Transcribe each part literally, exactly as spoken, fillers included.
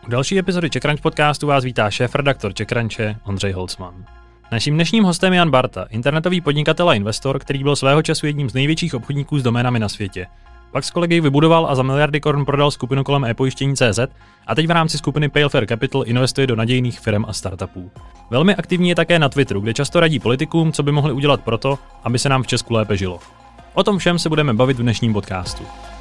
U další epizody CzechCrunch podcastu vás vítá šéfredaktor CzechCrunche Ondřej Holcman. Naším dnešním hostem je Jan Barta, internetový podnikatel a investor, který byl svého času jedním z největších obchodníků s doménami na světě. Pak s kolegy vybudoval a za miliardy korun prodal skupinu kolem e-pojištění tečka cé zet a teď v rámci skupiny Pale Fair Capital investuje do nadějných firm a startupů. Velmi aktivní je také na Twitteru, kde často radí politikům, co by mohli udělat proto, aby se nám v Česku lépe žilo. O tom všem se budeme bavit v dnešním podcastu.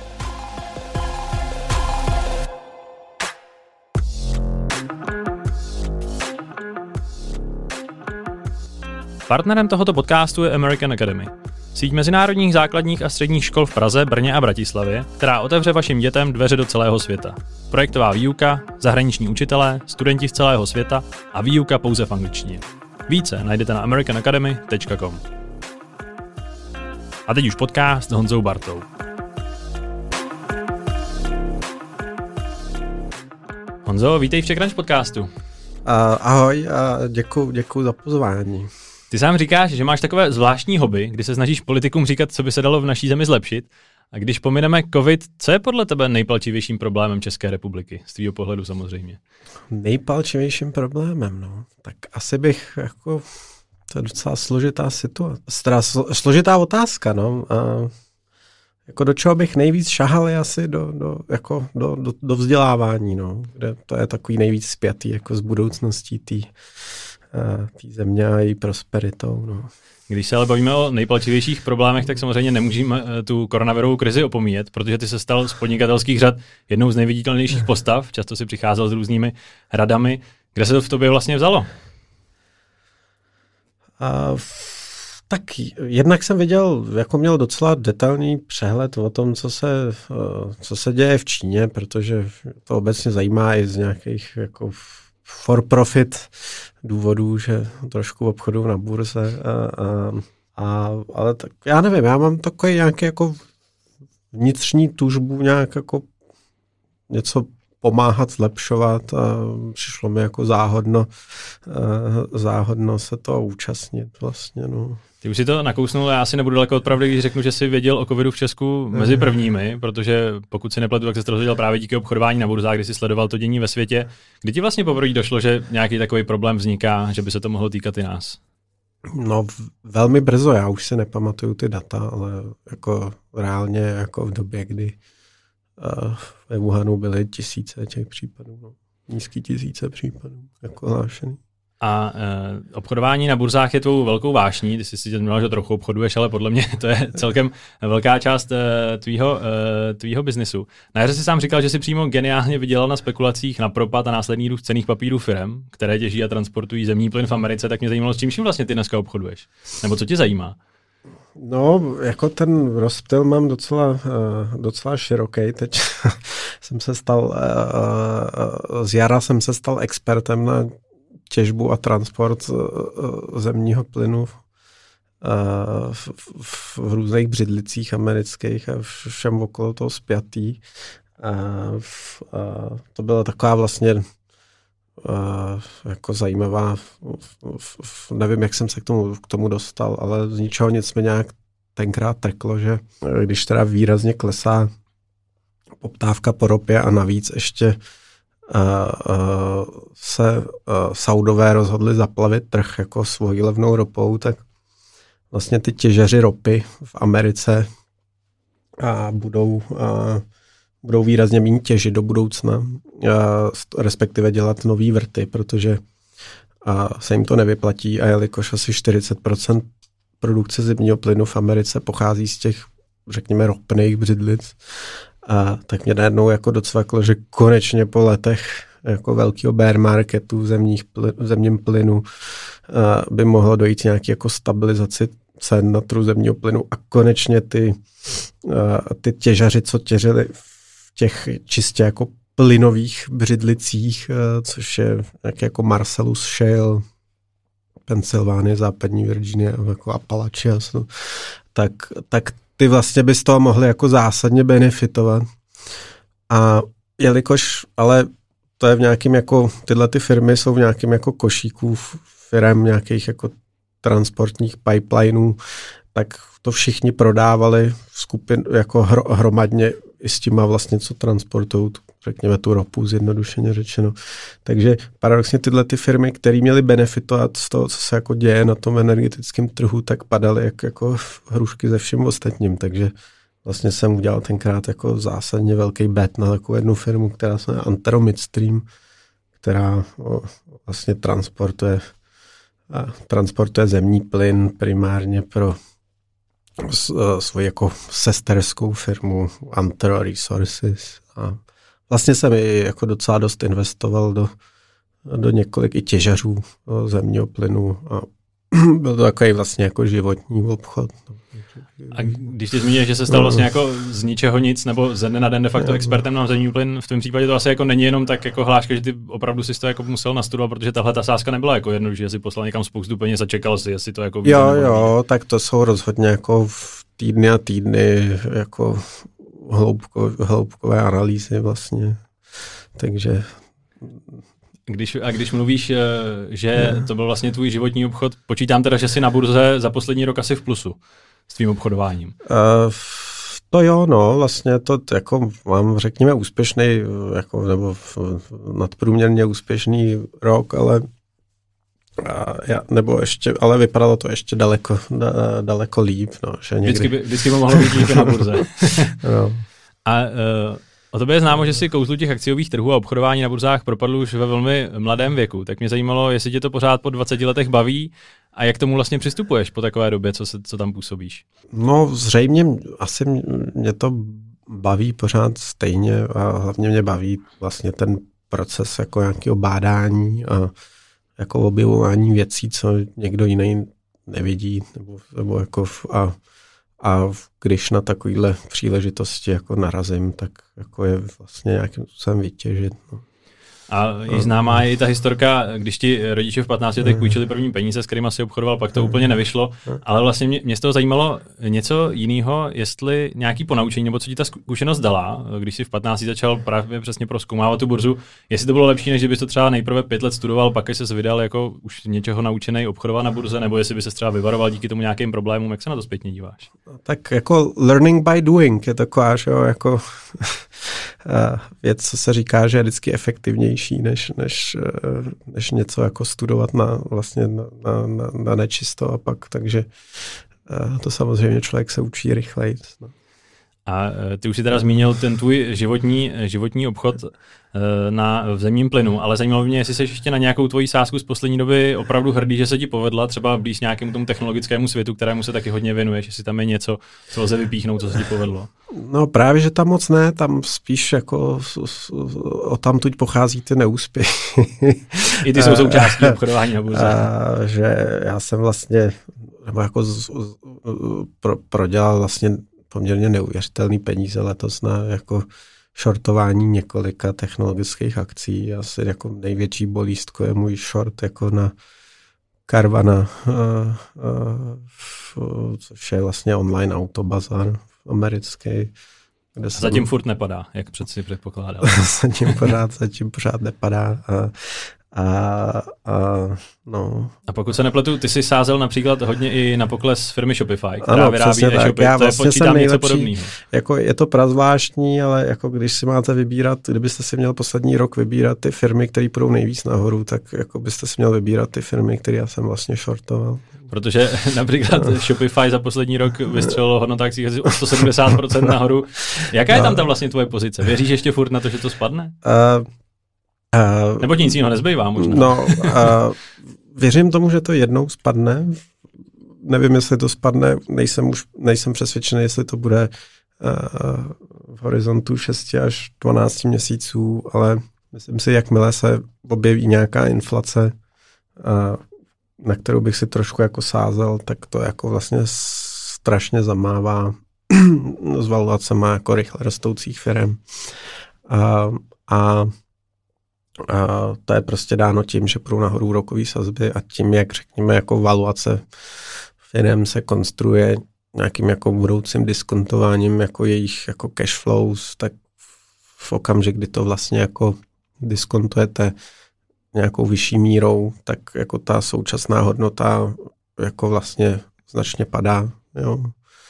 Partnerem tohoto podcastu je American Academy, síť mezinárodních základních a středních škol v Praze, Brně a Bratislavě, která otevře vašim dětem dveře do celého světa. Projektová výuka, zahraniční učitelé, studenti z celého světa a výuka pouze v angličtině. Více najdete na american academy tečka com. A teď už podcast s Honzou Bartou. Honzo, vítej v CzechCrunch podcastu. Uh, ahoj a děkuju, děkuju za pozvání. Ty sám říkáš, že máš takové zvláštní hobby, kdy se snažíš politikům říkat, co by se dalo v naší zemi zlepšit. A když pomineme covid, co je podle tebe nejpalčivějším problémem České republiky? Z tvýho pohledu samozřejmě. Nejpalčivějším problémem, no. Tak asi bych jako, to je docela složitá situace, složitá otázka, no. A jako do čeho bych nejvíc šahal je asi do, do, jako do, do, do vzdělávání, no. Kde to je takový nejvíc spjatý jako s budoucností té země a její prosperitou, no. Když se ale bavíme o nejpalčivějších problémech, tak samozřejmě nemůžeme tu koronavirovou krizi opomíjet, protože ty se stal z podnikatelských řad jednou z nejviditelnějších postav, často si přicházel s různými radami. Kde se to v tobě vlastně vzalo? A, tak jednak jsem viděl, jako měl docela detailní přehled o tom, co se, co se děje v Číně, protože to obecně zajímá i z nějakých jako for profit důvodů, že trošku obchodu na burze. A, a, a, ale tak, já nevím, já mám takový nějaký jako vnitřní tužbu nějak jako něco pomáhat, zlepšovat a přišlo mi jako záhodno, záhodno se to účastnit vlastně, no. Ty už si to nakousnul, já asi nebudu daleko od pravdy, když řeknu, že jsi věděl o covidu v Česku mezi prvními, protože pokud si nepletu, tak jsi to dozvěděl právě díky obchodování na burzách, kdy jsi sledoval to dění ve světě. Kdy ti vlastně poprvé došlo, že nějaký takový problém vzniká, že by se to mohlo týkat i nás? No velmi brzo, já už si nepamatuju ty data, ale jako reálně jako v době, kdy uh, ve Wuhanu byly tisíce těch případů, no. Nízký tisíce případů, jako hlášený. A uh, obchodování na burzách je tvou velkou vášní, ty jsi si měl, že trochu obchoduješ, ale podle mě to je celkem velká část uh, tvýho, uh, tvýho biznisu. Na jaře jsi sám říkal, že jsi přímo geniálně vydělal na spekulacích na propad a následný růst cenných papírů firem, které těží a transportují zemní plyn v Americe, tak mě zajímalo, s čím vlastně ty dneska obchoduješ? Nebo co tě zajímá? No, jako ten rozptyl mám docela, uh, docela široký. Teď jsem se stal, uh, uh, z jara jsem se stal expertem na těžbu a transport zemního plynu v, v, v různých břidlicích amerických a všem okolo toho spjatý. A v, a to byla taková vlastně jako zajímavá, nevím, jak jsem se k tomu, k tomu dostal, ale z ničeho nic mi nějak tenkrát trklo, že když teda výrazně klesá poptávka po ropě a navíc ještě Uh, uh, se uh, Saudové rozhodli zaplavit trh jako svojí levnou ropou, tak vlastně ty těžaři ropy v Americe uh, budou, uh, budou výrazně méně těžit do budoucna, uh, respektive dělat nový vrty, protože uh, se jim to nevyplatí a jelikož asi čtyřicet procent produkce zemního plynu v Americe pochází z těch, řekněme, ropných břidlic, a tak mě najednou jako docvaklo, že konečně po letech jako velkého bear marketu v, zemních ply, v zemním plynu by mohlo dojít nějaký jako stabilizaci cen na trhu zemního plynu a konečně ty, ty těžaři, co těžili v těch čistě jako plynových břidlicích, což je nějaký jako Marcellus Shale, Pensylvánie, západní Virginie, jako Appalachias, no, tak, tak ty vlastně by z toho mohly jako zásadně benefitovat. A jelikož, ale to je v nějakým jako, tyhle ty firmy jsou v nějakým jako košíku firem nějakých jako transportních pipelineů, tak to všichni prodávali skupin, jako hro, hromadně i s těma vlastně, co transportují, řekněme, tu ropu, zjednodušeně řečeno. Takže paradoxně tyhle ty firmy, které měly benefitovat z toho, co se jako děje na tom energetickém trhu, tak padaly jak, jako hrušky ze všem ostatním. Takže vlastně jsem udělal tenkrát jako zásadně velký bet na takovou jednu firmu, která se jmenuje Antero Midstream, která o, vlastně transportuje, a, transportuje zemní plyn primárně pro svoji jako sesterskou firmu Antero Resources. A vlastně jsem i jako docela dost investoval do, do několik i těžařů zemního plynu a byl to takový vlastně jako životní obchod. A když ty zmíníš, že se stal vlastně jako z ničeho nic, nebo ze dne na den de facto expertem na zemní plyn, v tom případě to asi jako není jenom tak jako hláška, že ty opravdu si to jako musel nastudovat, protože tahle ta sázka nebyla jako jednoduše, že si poslal někam spoustu peněz a čekal si, jestli to jako víte, jo, jo, tak to jsou rozhodně jako v týdny a týdny jako hloubko, hloubkové analýzy vlastně. Takže Když, a když mluvíš, že to byl vlastně tvůj životní obchod, počítám teda, že jsi na burze za poslední rok asi v plusu s tvým obchodováním. Uh, to jo, no, vlastně to jako mám, řekněme, úspěšný, jako, nebo nadprůměrně úspěšný rok, ale a já, nebo ještě, ale vypadalo to ještě daleko, da, daleko líp. No, že někdy... Vždycky by, vždycky by mohlo být líp na burze. No. A uh, o tobě je známo, že si kouzlu těch akciových trhů a obchodování na burzách propadl už ve velmi mladém věku. Tak mě zajímalo, jestli tě to pořád po dvaceti letech baví a jak tomu vlastně přistupuješ po takové době, co, se, co tam působíš? No zřejmě asi mě to baví pořád stejně a hlavně mě baví vlastně ten proces jako nějakého bádání a jako objevování věcí, co někdo jiný nevidí. Nebo, nebo jako a, a když na takovýhle příležitosti jako narazím, tak jako je vlastně nějakým způsobem vytěžit. No. A je známá i ta historka, když ti rodiče v patnácti letech půjčili první peníze, s kterými si obchodoval, pak to úplně nevyšlo, ale vlastně mě, mě z toho zajímalo něco jiného, jestli nějaký ponaučení, nebo co ti ta zkušenost dala, když jsi v patnácti začal právě přesně prozkoumávat tu burzu, jestli to bylo lepší, než kdybys to třeba nejprve pět let studoval, pak jsi vydal jako už něčeho naučený obchodovat na burze, nebo jestli by se třeba vyvaroval díky tomu nějakým problémům, jak se na to zpětně díváš? Tak jako learning by doing je taková, že jo, jako věc, co se říká, že je vždycky efektivnější, než, než, než něco jako studovat na, vlastně na, na, na nečisto a pak, takže to samozřejmě člověk se učí rychleji. No. A ty už si teda zmínil ten tvůj životní, životní obchod na v zemním plynu, ale zajímalo mě, jestli jsi ještě na nějakou tvoji sázku z poslední doby opravdu hrdý, že se ti povedla, třeba blíž nějakému tomu technologickému světu, kterému se taky hodně věnuješ, jestli tam je něco, co lze vypíchnout, co se ti povedlo. No právě, že tam moc ne, tam spíš jako o tamtuť pochází ty neúspěchy. I ty jsou součástí obchodování na burze. Že já jsem vlastně, nebo jako z, z, pro, prodělal vlastně poměrně neuvěřitelný peníze letos na jako shortování několika technologických akcí. Asi jako největší bolístko je můj short jako na Carvana, což je vlastně online autobazar americký. Kde se zatím tam... furt nepadá, jak přeci předpokládal. zatím, pořád, zatím pořád nepadá. A, a, a, no. a pokud se nepletu, ty jsi sázel například hodně i na pokles firmy Shopify, která ano, vyrábí e-shopy, já to vlastně je počítám něco podobného. Jako je to prazvláštní, ale jako když si máte vybírat, kdybyste si měl poslední rok vybírat ty firmy, které půjdou nejvíc nahoru, tak jako byste si měl vybírat ty firmy, které já jsem vlastně shortoval. Protože například no. Shopify za poslední rok vystřelilo hodnota akcí asi o sto sedmdesát procent nahoru. Jaká je tam ta vlastně tvoje pozice? Věříš ještě furt na to, že to spadne? Uh, Uh, Nebo ti nic jiného nezbývá možná. No, uh, věřím tomu, že to jednou spadne. Nevím, jestli to spadne, nejsem už nejsem přesvědčený, jestli to bude uh, v horizontu šesti až dvanácti měsíců, ale myslím si, jakmile se objeví nějaká inflace, uh, na kterou bych si trošku jako sázel, tak to jako vlastně strašně zamává s valuacema jako rychle rostoucích firem. Uh, a A to je prostě dáno tím, že půjdou nahoru úrokové sazby a tím, jak řekněme, jako valuace firem se konstruuje nějakým jako budoucím diskontováním jako jejich jako cash flows, tak v okamžik, kdy to vlastně jako diskontujete nějakou vyšší mírou, tak jako ta současná hodnota jako vlastně značně padá. Jo.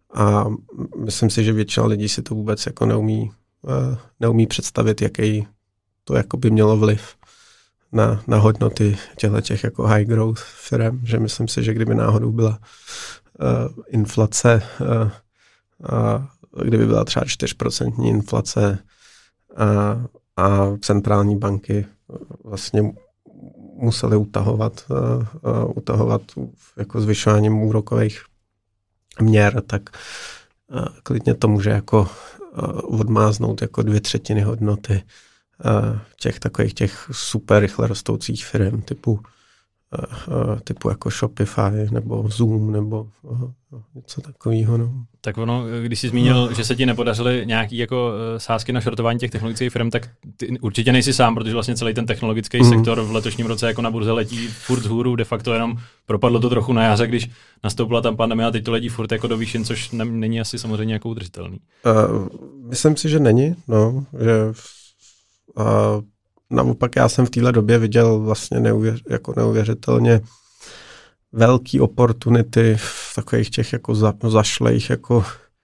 a myslím si, že většina lidí si to vůbec jako neumí, neumí představit, jaký to jako by mělo vliv na, na hodnoty těch jako high growth firm, že myslím si, že kdyby náhodou byla uh, inflace, uh, uh, kdyby byla třeba čtyři procenta inflace uh, a centrální banky vlastně museli utahovat, uh, uh, utahovat jako zvyšováním úrokových měr, tak uh, klidně to může jako uh, odmáznout jako dvě třetiny hodnoty uh, těch takových těch super rychle rostoucích firm typu, uh, uh, typu jako Shopify nebo Zoom nebo uh, něco takového. No. Tak ono, když jsi zmínil, no. že se ti nepodařily nějaký jako sázky na shortování těch technologických firm, tak ty určitě nejsi sám, protože vlastně celý ten technologický mm. sektor v letošním roce jako na burze letí furt hůru, de facto jenom propadlo to trochu na jaře, když nastoupila tam pandemie a teď to letí furt jako do výšin, což ne, není asi samozřejmě jako udržitelný. Uh, myslím si, že není, no, že uh, naopak já jsem v téhle době viděl vlastně neuvěř, jako neuvěřitelně velký opportunity v takových těch jako za, zašlejch jako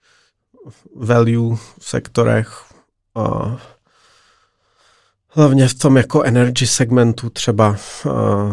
value sektorech. A hlavně v tom jako energy segmentu třeba, a,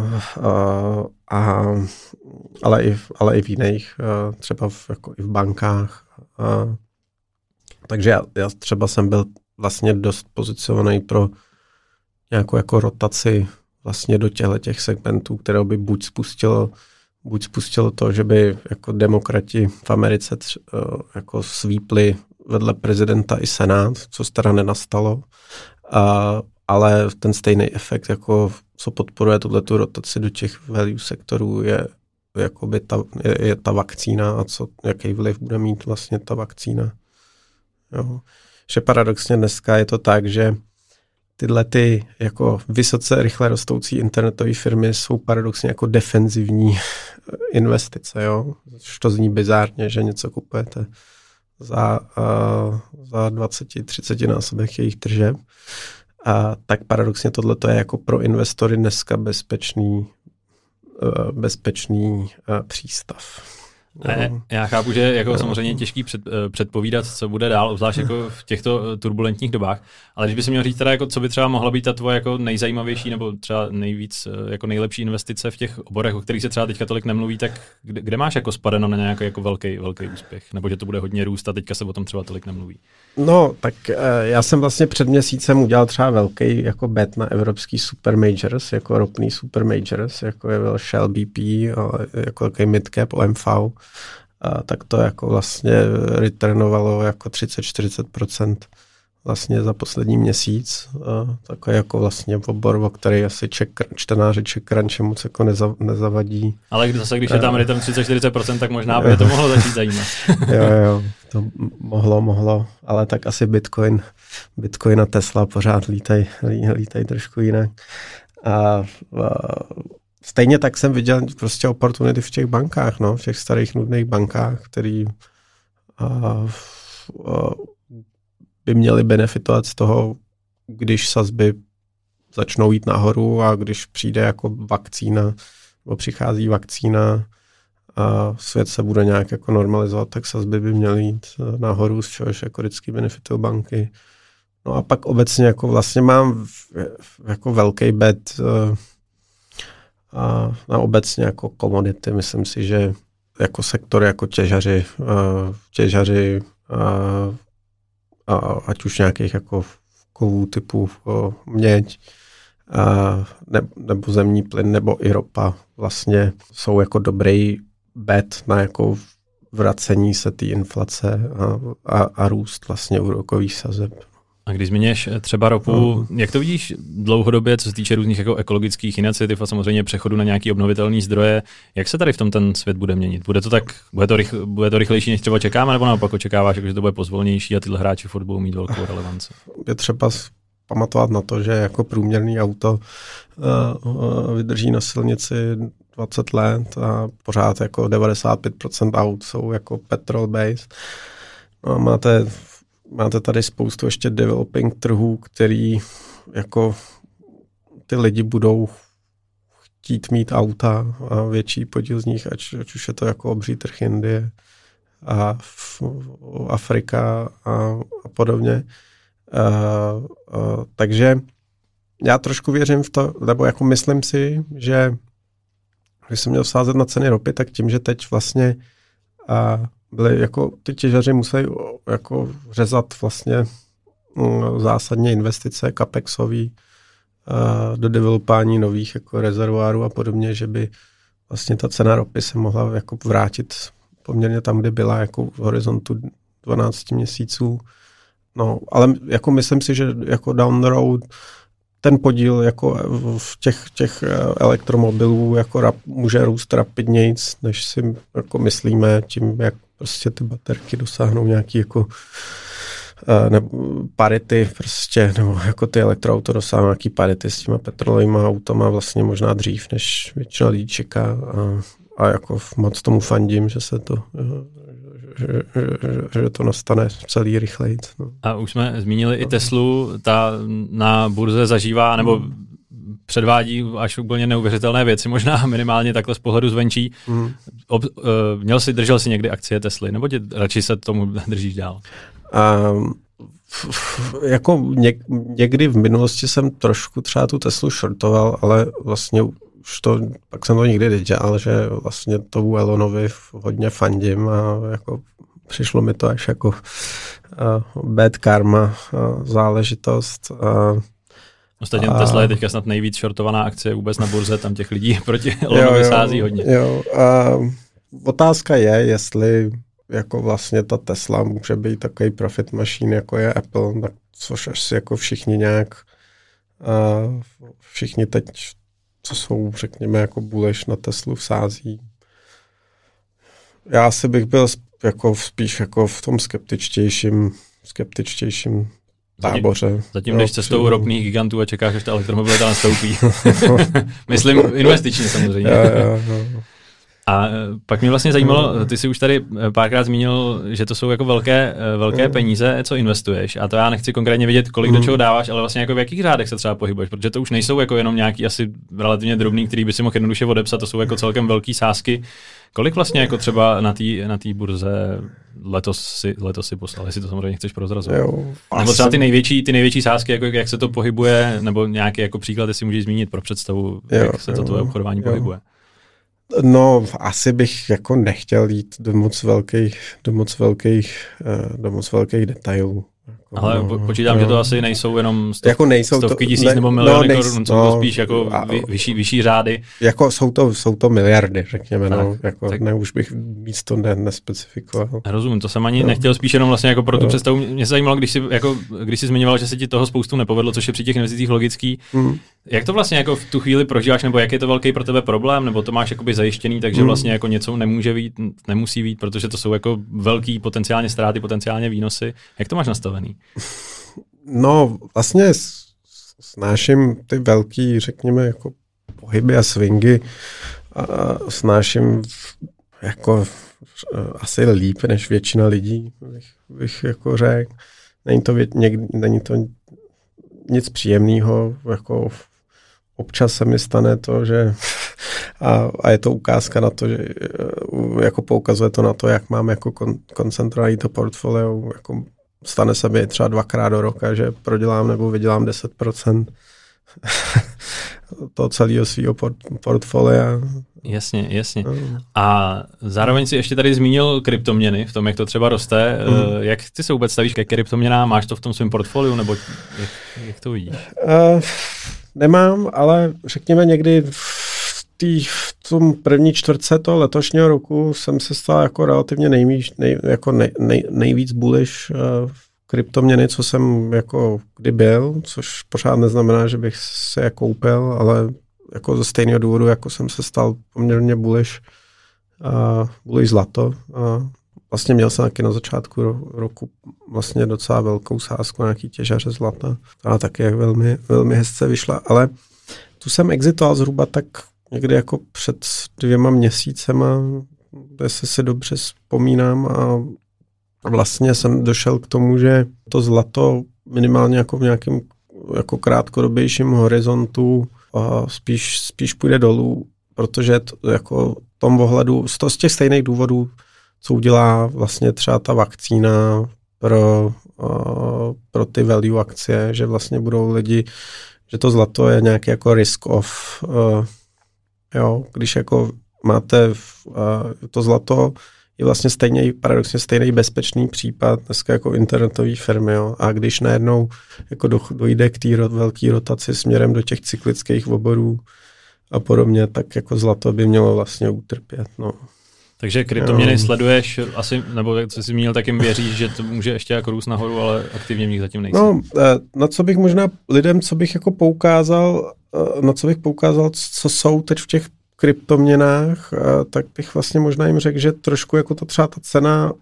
a, a, ale, i, ale i v jiných, třeba v, jako i v bankách. A, takže já, já třeba jsem byl vlastně dost pozicionovaný pro nějakou jako rotaci vlastně do těchto těch segmentů, které by buď spustilo buď spustilo to, že by jako demokrati v Americe tř, jako svípli vedle prezidenta i senát, co teda nenastalo, a, ale ten stejný efekt, jako co podporuje tuhletu rotaci do těch value sektorů, je, jakoby ta, je, je ta vakcína a co, jaký vliv bude mít vlastně ta vakcína. Jo. Že paradoxně dneska je to tak, že tyhle ty jako vysoce rychle rostoucí internetové firmy jsou paradoxně jako defenzivní investice, jo. Což to zní bizárně, že něco kupujete za, uh, za dvacet třicet násobek jejich tržeb. A tak paradoxně tohleto je jako pro investory dneska bezpečný, uh, bezpečný uh, přístav. Ne, já chápu, že je jako samozřejmě těžký před, předpovídat, co bude dál, obzvlášť jako v těchto turbulentních dobách, ale když by se měl říct teda, jako, co by třeba mohla být ta tvoje jako nejzajímavější nebo třeba nejvíc jako nejlepší investice v těch oborech, o kterých se třeba teďka tolik nemluví, tak kde, kde máš jako spadeno na nějaký jako velký, velký úspěch? Nebo že to bude hodně růst a teďka se o tom třeba tolik nemluví? No, tak já jsem vlastně před měsícem udělal třeba velký jako bet na evropský super majors, jako ropný super majors, jako je byl Shell, B P, ale jako velký midcap, O M V. A tak to jako vlastně returnovalo jako třicet až čtyřicet procent vlastně za poslední měsíc. A takový jako vlastně obor, o který asi ček, čtenáři CzechCrunche moc jako neza, nezavadí. Ale zase, když je tam return třicet až čtyřicet procent, tak možná by to mohlo začít zajímat. jo, jo, to mohlo, mohlo, ale tak asi Bitcoin, Bitcoin a Tesla pořád lítají lítaj trošku jinak. A, a stejně tak jsem viděl prostě opportunity v těch bankách, no, v těch starých nudných bankách, který a, a, by měli benefitovat z toho, když sazby začnou jít nahoru a když přijde jako vakcína, nebo přichází vakcína a svět se bude nějak jako normalizovat, tak sazby by měly jít nahoru, z čehož jako vždycky benefitují banky. No a pak obecně jako vlastně mám jako velký bet a na obecně jako komodity. Myslím si, že jako sektory jako těžaři, těžaři a ať už nějakých jako kovů typu měď ne, nebo zemní plyn nebo i ropa vlastně jsou jako dobrý bet na jako vracení se té inflace a, a, a růst vlastně úrokových sazeb. A když zmiňuješ třeba ropu, no. Jak to vidíš dlouhodobě, co se týče různých jako ekologických iniciativ a samozřejmě přechodu na nějaký obnovitelný zdroje, jak se tady v tom ten svět bude měnit? Bude to tak, bude to, rychl, bude to rychlejší, než třeba čekáme, nebo naopak očekáváš, že to bude pozvolnější a tyhle hráči furt budou mít velkou relevanci? Je třeba pamatovat na to, že jako průměrný auto uh, vydrží na silnici dvacet let a pořád jako devadesát pět procent aut jsou jako petrol based. No, máte Máte tady spoustu ještě developing trhů, který jako ty lidi budou chtít mít auta a větší podíl z nich, ať, ať už je to jako obří trh Indie, a v, v Afrika a, a podobně. A, a, takže já trošku věřím v to, nebo jako myslím si, že když jsem měl vsázet na ceny ropy, tak tím, že teď vlastně a byli jako ty těžaři museli jako řezat vlastně um, zásadně investice capexový uh, do developání nových jako rezervoárů a podobně, že by vlastně ta cena ropy se mohla jako vrátit poměrně tam, kde byla, jako v horizontu dvanáct měsíců. No, ale jako myslím si, že jako down the road ten podíl jako v těch, těch elektromobilů jako rap, může růst rapidnějc, než si jako myslíme, tím, jak prostě ty baterky dosáhnou nějaký jako nebo parity prostě, nebo jako ty elektroauto dosáhnou nějaký parity s těma petrolovýma automa vlastně možná dřív, než většina lidí čeká a, a jako moc tomu fandím, že se to Že, že, že to nastane celý rychleji. No. A už jsme zmínili i Teslu, ta na burze zažívá, nebo předvádí až úplně neuvěřitelné věci, možná minimálně takhle z pohledu zvenčí. Mm. Ob, uh, měl jsi, držel si někdy akcie Tesly, nebo tě radši se tomu držíš dál? Um, f, f, jako něk, někdy v minulosti jsem trošku třeba tu Teslu shortoval, ale vlastně už to, pak jsem to nikdy nedělal, že vlastně tomu Elonovi hodně fandím a jako přišlo mi to až jako uh, bad karma uh, záležitost. Uh, Ostatně a, Tesla je teďka snad nejvíc shortovaná akcie vůbec na burze, tam těch lidí proti Elonovi sází hodně. Jo, uh, otázka je, jestli jako vlastně ta Tesla může být takový profit machine, jako je Apple, tak což asi jako všichni nějak uh, všichni teď co jsou, řekněme, jako bullish na Teslu vsází. Já asi bych byl jako spíš jako v tom skeptičtějším, skeptičtějším táboře. Zatím, zatím jdeš cestou ropných gigantů a čekáš, až ta elektromobilita nastoupí. Myslím investičně samozřejmě. Jo, jo, jo. A pak mě vlastně zajímalo, ty jsi už tady párkrát zmínil, že to jsou jako velké, velké peníze, co investuješ. A to já nechci konkrétně vědět, kolik do čeho dáváš, ale vlastně jako v jakých řádech se třeba pohybuješ, protože to už nejsou jako jenom nějaký asi relativně drobný, který by si mohl jednoduše odepsat, to jsou jako celkem velký sázky. Kolik vlastně jako třeba na té na té burze letos si, letos si poslal, jestli to samozřejmě chceš prozrazovat? Jo, nebo třeba ty největší, ty největší sázky, jako jak se to pohybuje, nebo nějaký jako příklad, jestli můžeš zmínit pro představu, jo, jak se to tvoje obchodování jo. pohybuje. No, asi bych jako nechtěl jít do moc velkých, do moc velkých, do moc velkých detailů. Jako, ale no, počítám, no. že to asi nejsou jenom stov, jako nejsou stovky to, tisíc ne, nebo miliony no, korun, jsou no, to spíš jako vy, vyšší, vyšší řády. Jako jsou to, jsou to miliardy, řekněme, tak, no, jako tak. Ne, už bych víc to ne, nespecifikoval. Rozumím, to jsem ani no. nechtěl, spíš jenom vlastně jako pro tu no. představu. Mě se zajímalo, když jsi, jako, když jsi zmiňoval, že se ti toho spoustu nepovedlo, což je při těch investicích logický. Mm. Jak to vlastně jako v tu chvíli prožíváš, nebo jak je to velký pro tebe problém, nebo to máš jakoby zajištěný, takže mm. vlastně jako něco nemůže být, nemusí být, protože to jsou jako velký potenciálně ztráty, potenciálně výnosy. Jak to máš nastavený? No, vlastně snáším ty velký, řekněme, jako pohyby a swingy a snáším jako asi líp než většina lidí, bych, bych jako řekl. Není to, někdy, není to nic příjemného, jako občas se mi stane to, že a, a je to ukázka na to, že jako poukazuje to na to, jak mám jako kon, koncentrovaný to portfolio, jako stane se mi třeba dvakrát do roka, že prodělám nebo vydělám deset procent toho celého svého port, portfolia. Jasně, jasně. A zároveň si ještě tady zmínil kryptoměny, v tom, jak to třeba roste. Mm. Jak ty se vůbec stavíš ke kryptoměnám? Máš to v tom svém portfoliu, nebo jak, jak to vidíš? Uh, nemám, ale řekněme někdy v, tý, v tom první čtvrtce toho letošního roku jsem se stal jako relativně nejvíc, nej, jako nej, nej, nejvíc bullish uh, kryptoměny, co jsem jako kdy byl, což pořád neznamená, že bych se je koupil, ale jako ze stejného důvodu, jako jsem se stal poměrně bullish, uh, bullish zlato. Uh, vlastně měl jsem taky na začátku ro- roku vlastně docela velkou sázku, nějaký těžaře zlata, která taky velmi, velmi hezce vyšla, ale tu jsem exitoval zhruba tak někdy jako před dvěma měsícema, jestli si dobře vzpomínám, a vlastně jsem došel k tomu, že to zlato minimálně jako v nějakém jako krátkodobějším horizontu a spíš, spíš půjde dolů, protože to, jako v tom ohledu, z, to, z těch stejných důvodů, co udělá vlastně třeba ta vakcína pro, uh, pro ty value akcie, že vlastně budou lidi, že to zlato je nějaký jako risk off. Uh, jo, když jako máte uh, to zlato, je vlastně stejně, paradoxně stejný bezpečný případ dneska jako internetové firmy. Jo. A když najednou jako do, dojde k té velké rotaci směrem do těch cyklických oborů a podobně, tak jako zlato by mělo vlastně utrpět. No. Takže kryptoměny sleduješ asi, nebo jak jsi zmínil, tak jim věříš, že to může ještě jako růst nahoru, ale aktivně v nich zatím nejsem. No, na co bych možná lidem, co bych jako poukázal, na co bych poukázal, co jsou teď v těch kryptoměnách, tak bych vlastně možná jim řekl, že trošku jako to třeba ta cena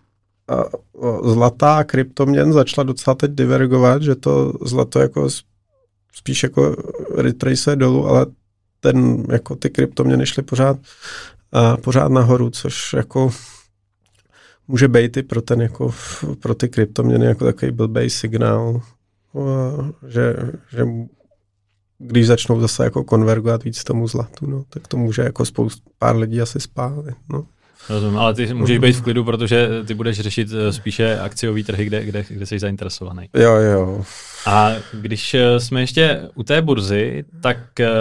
zlata a kryptoměn začala docela teď divergovat, že to zlato jako spíš jako retrace dolů, ale ten, jako ty kryptoměny šly pořád, pořád nahoru, což jako může být i pro ten jako, pro ty kryptoměny jako takový blbej signál, že, že když začnou zase jako konvergovat víc tomu zlatu, no, tak to může jako spoustu, pár lidí asi spálit, no. Rozumím, ale ty můžeš být v klidu, protože ty budeš řešit spíše akciový trhy, kde, kde, kde jsi zainteresovaný. Jo, jo. A když jsme ještě u té burzy, tak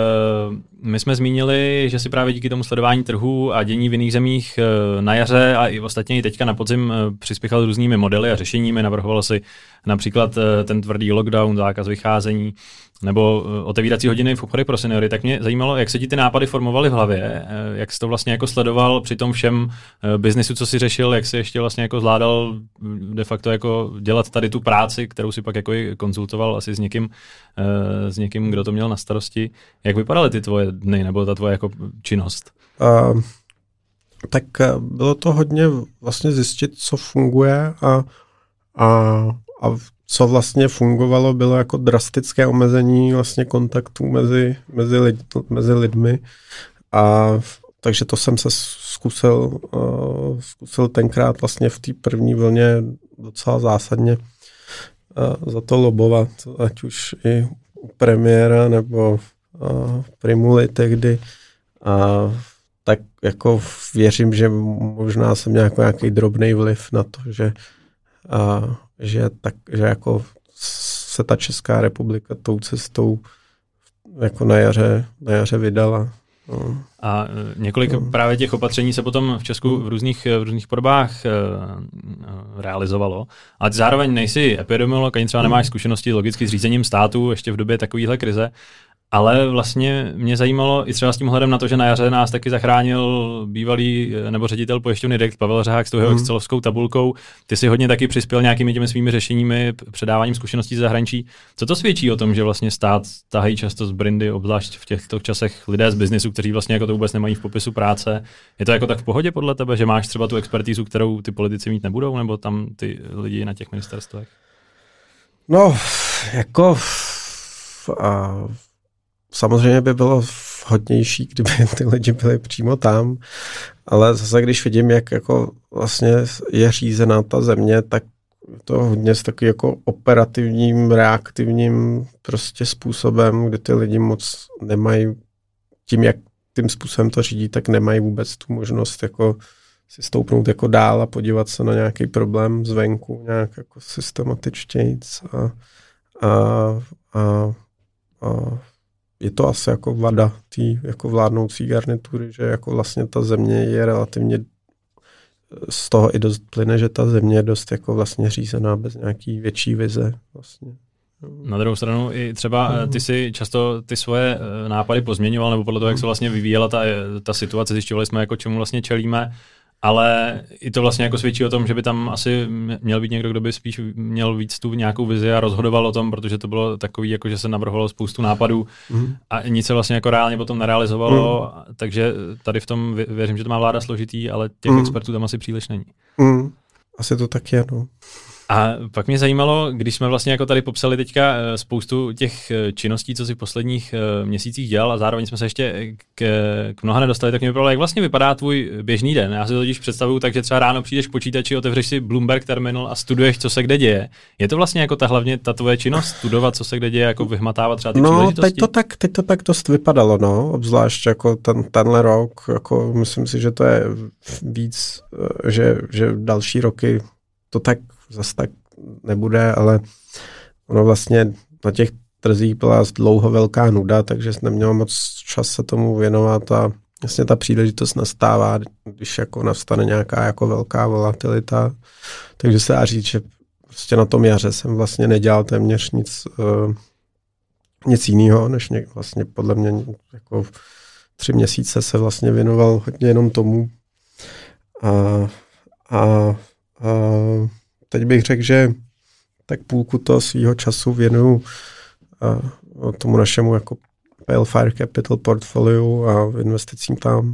my jsme zmínili, že si právě díky tomu sledování trhů a dění v jiných zemích na jaře a i ostatně i teďka na podzim přispěchal různými modely a řešeními. Navrhoval si například ten tvrdý lockdown, zákaz vycházení, nebo otevírací hodiny v obchodech pro seniory, tak mě zajímalo, jak se ti ty nápady formovaly v hlavě, jak jsi to vlastně jako sledoval při tom všem biznisu, co jsi řešil, jak jsi ještě vlastně jako zvládal de facto jako dělat tady tu práci, kterou si pak jako i konzultoval asi s někým, s někým, kdo to měl na starosti. Jak vypadaly ty tvoje dny, nebo ta tvoje jako činnost? Uh, tak bylo to hodně vlastně zjistit, co funguje a, a, a co vlastně fungovalo, bylo jako drastické omezení vlastně kontaktů mezi, mezi, lid, mezi lidmi. A takže to jsem se zkusil, uh, zkusil tenkrát vlastně v té první vlně docela zásadně uh, za to lobovat, ať už i u premiéra nebo uh, Primuly tehdy. A tak jako věřím, že možná jsem měl jako nějaký drobný vliv na to, že uh, že, tak, že jako se ta Česká republika tou cestou jako na jaře, na jaře vydala. No. A několik no. právě těch opatření se potom v Česku v různých, v různých podobách uh, realizovalo. Ale ty zároveň nejsi epidemiolog, ani třeba nemáš zkušenosti logicky s řízením státu ještě v době takovéhle krize. Ale vlastně mě zajímalo i třeba s tím hledem na to, že na jaře nás taky zachránil bývalý nebo ředitel pojišťovny D E C Pavel Řehák s tou jeho excelovskou tabulkou. Ty si hodně taky přispěl nějakými těmi svými řešeními, předáváním zkušeností ze zahraničí. Co to svědčí o tom, že vlastně stát tahají často z brindy, obzvlášť v těchto časech lidé z biznisu, kteří vlastně jako to vůbec nemají v popisu práce? Je to jako tak v pohodě podle tebe, že máš třeba tu expertízu, kterou ty politici mít nebudou, nebo tam ty lidi na těch ministerstvech? No, jako a... Samozřejmě by bylo vhodnější, kdyby ty lidi byli přímo tam, ale zase když vidím, jak jako vlastně je řízená ta země, tak to hodně s takovým jako operativním, reaktivním prostě způsobem, kdy ty lidi moc nemají, tím jak tím způsobem to řídí, tak nemají vůbec tu možnost jako si stoupnout jako dál a podívat se na nějaký problém zvenku, nějak jako systematičtějc a, a, a, a je to asi jako vada té jako vládnoucí garnitury, že jako vlastně ta země je relativně, z toho i dost plyne, že ta země je dost jako vlastně řízená bez nějaký větší vize vlastně. Na druhou stranu i třeba ty si často ty svoje nápady pozměňoval, nebo podle toho, jak se vlastně vyvíjela ta, ta situace, zjišťovali jsme, jako čemu vlastně čelíme, ale i to vlastně jako svědčí o tom, že by tam asi měl být někdo, kdo by spíš měl víc tu nějakou vizi a rozhodoval o tom, protože to bylo takový, jako že se navrhovalo spoustu nápadů mm. a nic se vlastně jako reálně potom nerealizovalo, mm. takže tady v tom věřím, že to má vláda složitý, ale těch mm. expertů tam asi příliš není. Mm. Asi to tak je, no. A pak mě zajímalo, když jsme vlastně jako tady popsali teďka spoustu těch činností, co si v posledních měsících dělal a zároveň jsme se ještě k, k mnoha nedostali, tak mě vypadalo, jak vlastně vypadá tvůj běžný den. Já si to totiž představuju tak, že třeba ráno přijdeš k počítači, otevřeš si Bloomberg Terminal a studuješ, co se kde děje. Je to vlastně jako ta hlavně ta tvoje činnost, studovat, co se kde děje, jako vyhmatávat třeba ty no, příležitosti? teď to tak, teď to tak dost vypadalo, no, obzvlášť jako ten, tenhle rok, jako myslím si, že to je víc, že, že další roky to tak zase tak nebude, ale ono vlastně na těch trzích byla dlouho velká nuda, takže jsem neměl moc čas se tomu věnovat a vlastně ta příležitost nastává, když jako nastane nějaká jako velká volatilita, takže se dá říct, že prostě na tom jaře jsem vlastně nedělal téměř nic, uh, nic jiného, než ně, vlastně podle mě jako tři měsíce se vlastně věnoval hodně jenom tomu a, a, a teď bych řekl, že tak půlku toho svýho času věnuju uh, tomu našemu jako Pale Fire Capital portfoliu a investicím tam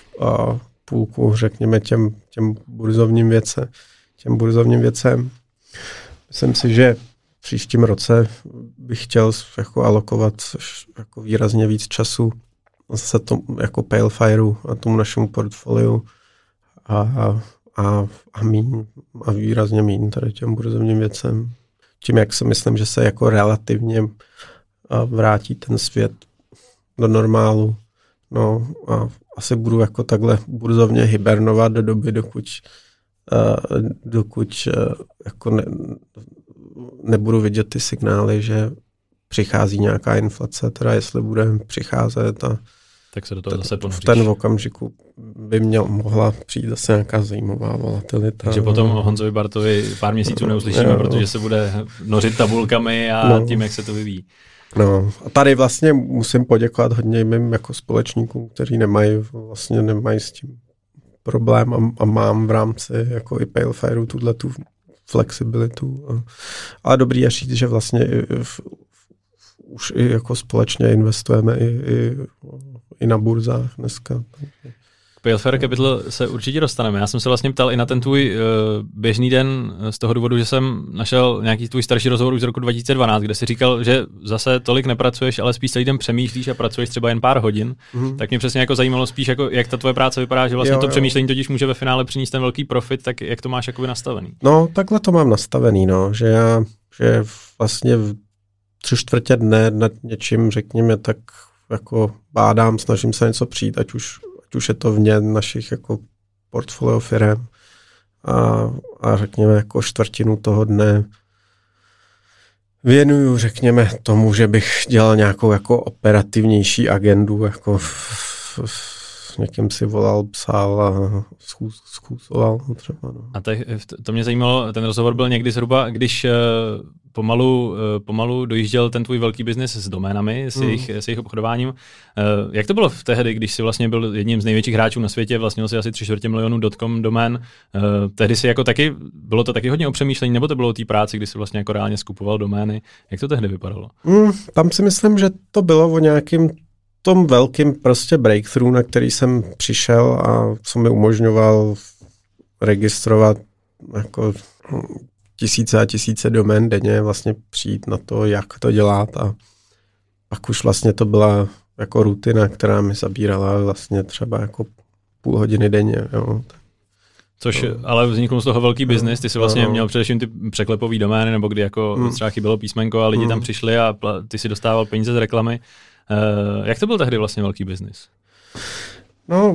a půlku, řekněme, těm, těm burzovním věcem. Těm burzovním věcem. Myslím si, že v příštím roce bych chtěl jako alokovat jako výrazně víc času zase tomu jako Pale Fireu a tomu našemu portfoliu a, a, a, a, míň, a výrazně míň tady těm burzovním věcem. Tím, jak si myslím, že se jako relativně vrátí ten svět do normálu. No a asi budu jako takhle burzovně hibernovat do doby, dokud, uh, dokud uh, jako ne, nebudu vidět ty signály, že přichází nějaká inflace, teda jestli bude přicházet a tak se do toho zase ponoříš. V ten okamžiku by měl, mohla přijít zase nějaká zajímavá volatilita. Takže potom Honzovi Bartovi pár měsíců neuslyšíme, no, protože se bude nořit tabulkami a no, tím, jak se to vyvíjí. No a tady vlastně musím poděkovat hodně mým jako společníkům, kteří nemají vlastně nemají s tím problém a, a mám v rámci jako i Pale Fireu tuhle tu flexibilitu. A, ale dobrý je říct, že vlastně i, v, už i jako společně investujeme i, i, i na burzách dneska. K Pale Fire Capital se určitě dostaneme. Já jsem se vlastně ptal i na ten tvůj uh, běžný den z toho důvodu, že jsem našel nějaký tvůj starší rozhovor už z roku dva tisíce dvanáct, kde jsi říkal, že zase tolik nepracuješ, ale spíš celý den přemýšlíš a pracuješ třeba jen pár hodin. Mm-hmm. Tak mě přesně jako zajímalo spíš, jako, jak ta tvoje práce vypadá, že vlastně jo, to jo. přemýšlení totiž může ve finále přinést ten velký profit, tak jak to máš jakoby nastavený? No, takhle to mám nastavený, no, že já že vlastně v tři čtvrtě dne nad něčím, řekněme, tak jako bádám, snažím se něco přijít, ať už ať už je to vně našich jako portfolio firem a, a řekněme jako čtvrtinu toho dne věnuju, řekněme, tomu, že bych dělal nějakou jako operativnější agendu, jako v, v, v někým si volal, psal a schůz, schůzoval třeba. No. A te, to mě zajímalo, ten rozhovor byl někdy zhruba, když uh, pomalu, uh, pomalu dojížděl ten tvůj velký biznis s doménami, s, mm. jejich, s jejich obchodováním. Uh, jak to bylo v tehdy, když jsi vlastně byl jedním z největších hráčů na světě, vlastnil si asi tři čtvrtě milionů dotcom domén. Uh, tehdy si jako taky, bylo to taky hodně o přemýšlení, nebo to bylo o té práci, kdy jsi vlastně jako reálně skupoval domény? Jak to tehdy vypadalo? Mm, tam si myslím, že to bylo o nějakým tom velkým prostě breakthrough, na který jsem přišel a co mi umožňoval registrovat jako tisíce a tisíce domén denně, vlastně přijít na to, jak to dělat a pak už vlastně to byla jako rutina, která mi zabírala vlastně třeba jako půl hodiny denně. Jo. Což no. ale vznikl z toho velký biznis, ty jsi vlastně no. měl především ty překlepový domény, nebo kdy jako mm. třeba chybělo písmenko a lidi mm. tam přišli a ty si dostával peníze z reklamy. Uh, jak to byl tehdy vlastně velký biznis? No,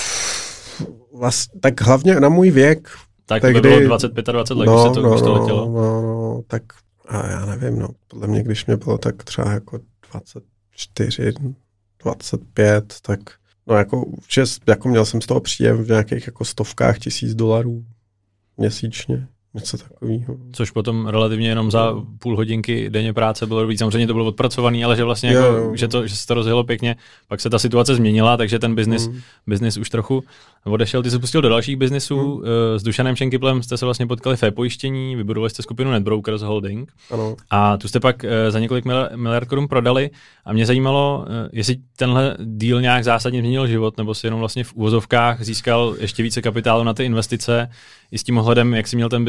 vlastně, tak hlavně na můj věk. Tak to by bylo dvacet pět dvacet let, no, když se to, no, když to letělo. No, no, tak a já nevím, no, podle mě, když mě bylo tak třeba jako dvacet čtyři, dvacet pět, tak no jako, čes, jako měl jsem z toho příjem v nějakých jako stovkách tisíc dolarů měsíčně. Něco takového. Což potom relativně jenom za půl hodinky denně práce bylo dobrý. Samozřejmě to bylo odpracovaný, ale že vlastně jako, jo, jo. Že, to, že se to rozjelo pěkně. Pak se ta situace změnila, takže ten biznis, mm. biznis už trochu odešel. Ty se pustil do dalších biznisů. Mm. S Dušanem Šenkyplem jste se vlastně potkali v e-pojištění, vybudovali jste skupinu NetBrokers Holding. Ano. A tu jste pak za několik miliard korun prodali. A mě zajímalo, jestli tenhle deal nějak zásadně změnil život, nebo si jenom vlastně v úvozovkách získal ještě více kapitálu na ty investice. I s tím ohledem, jak jsi měl ten biznis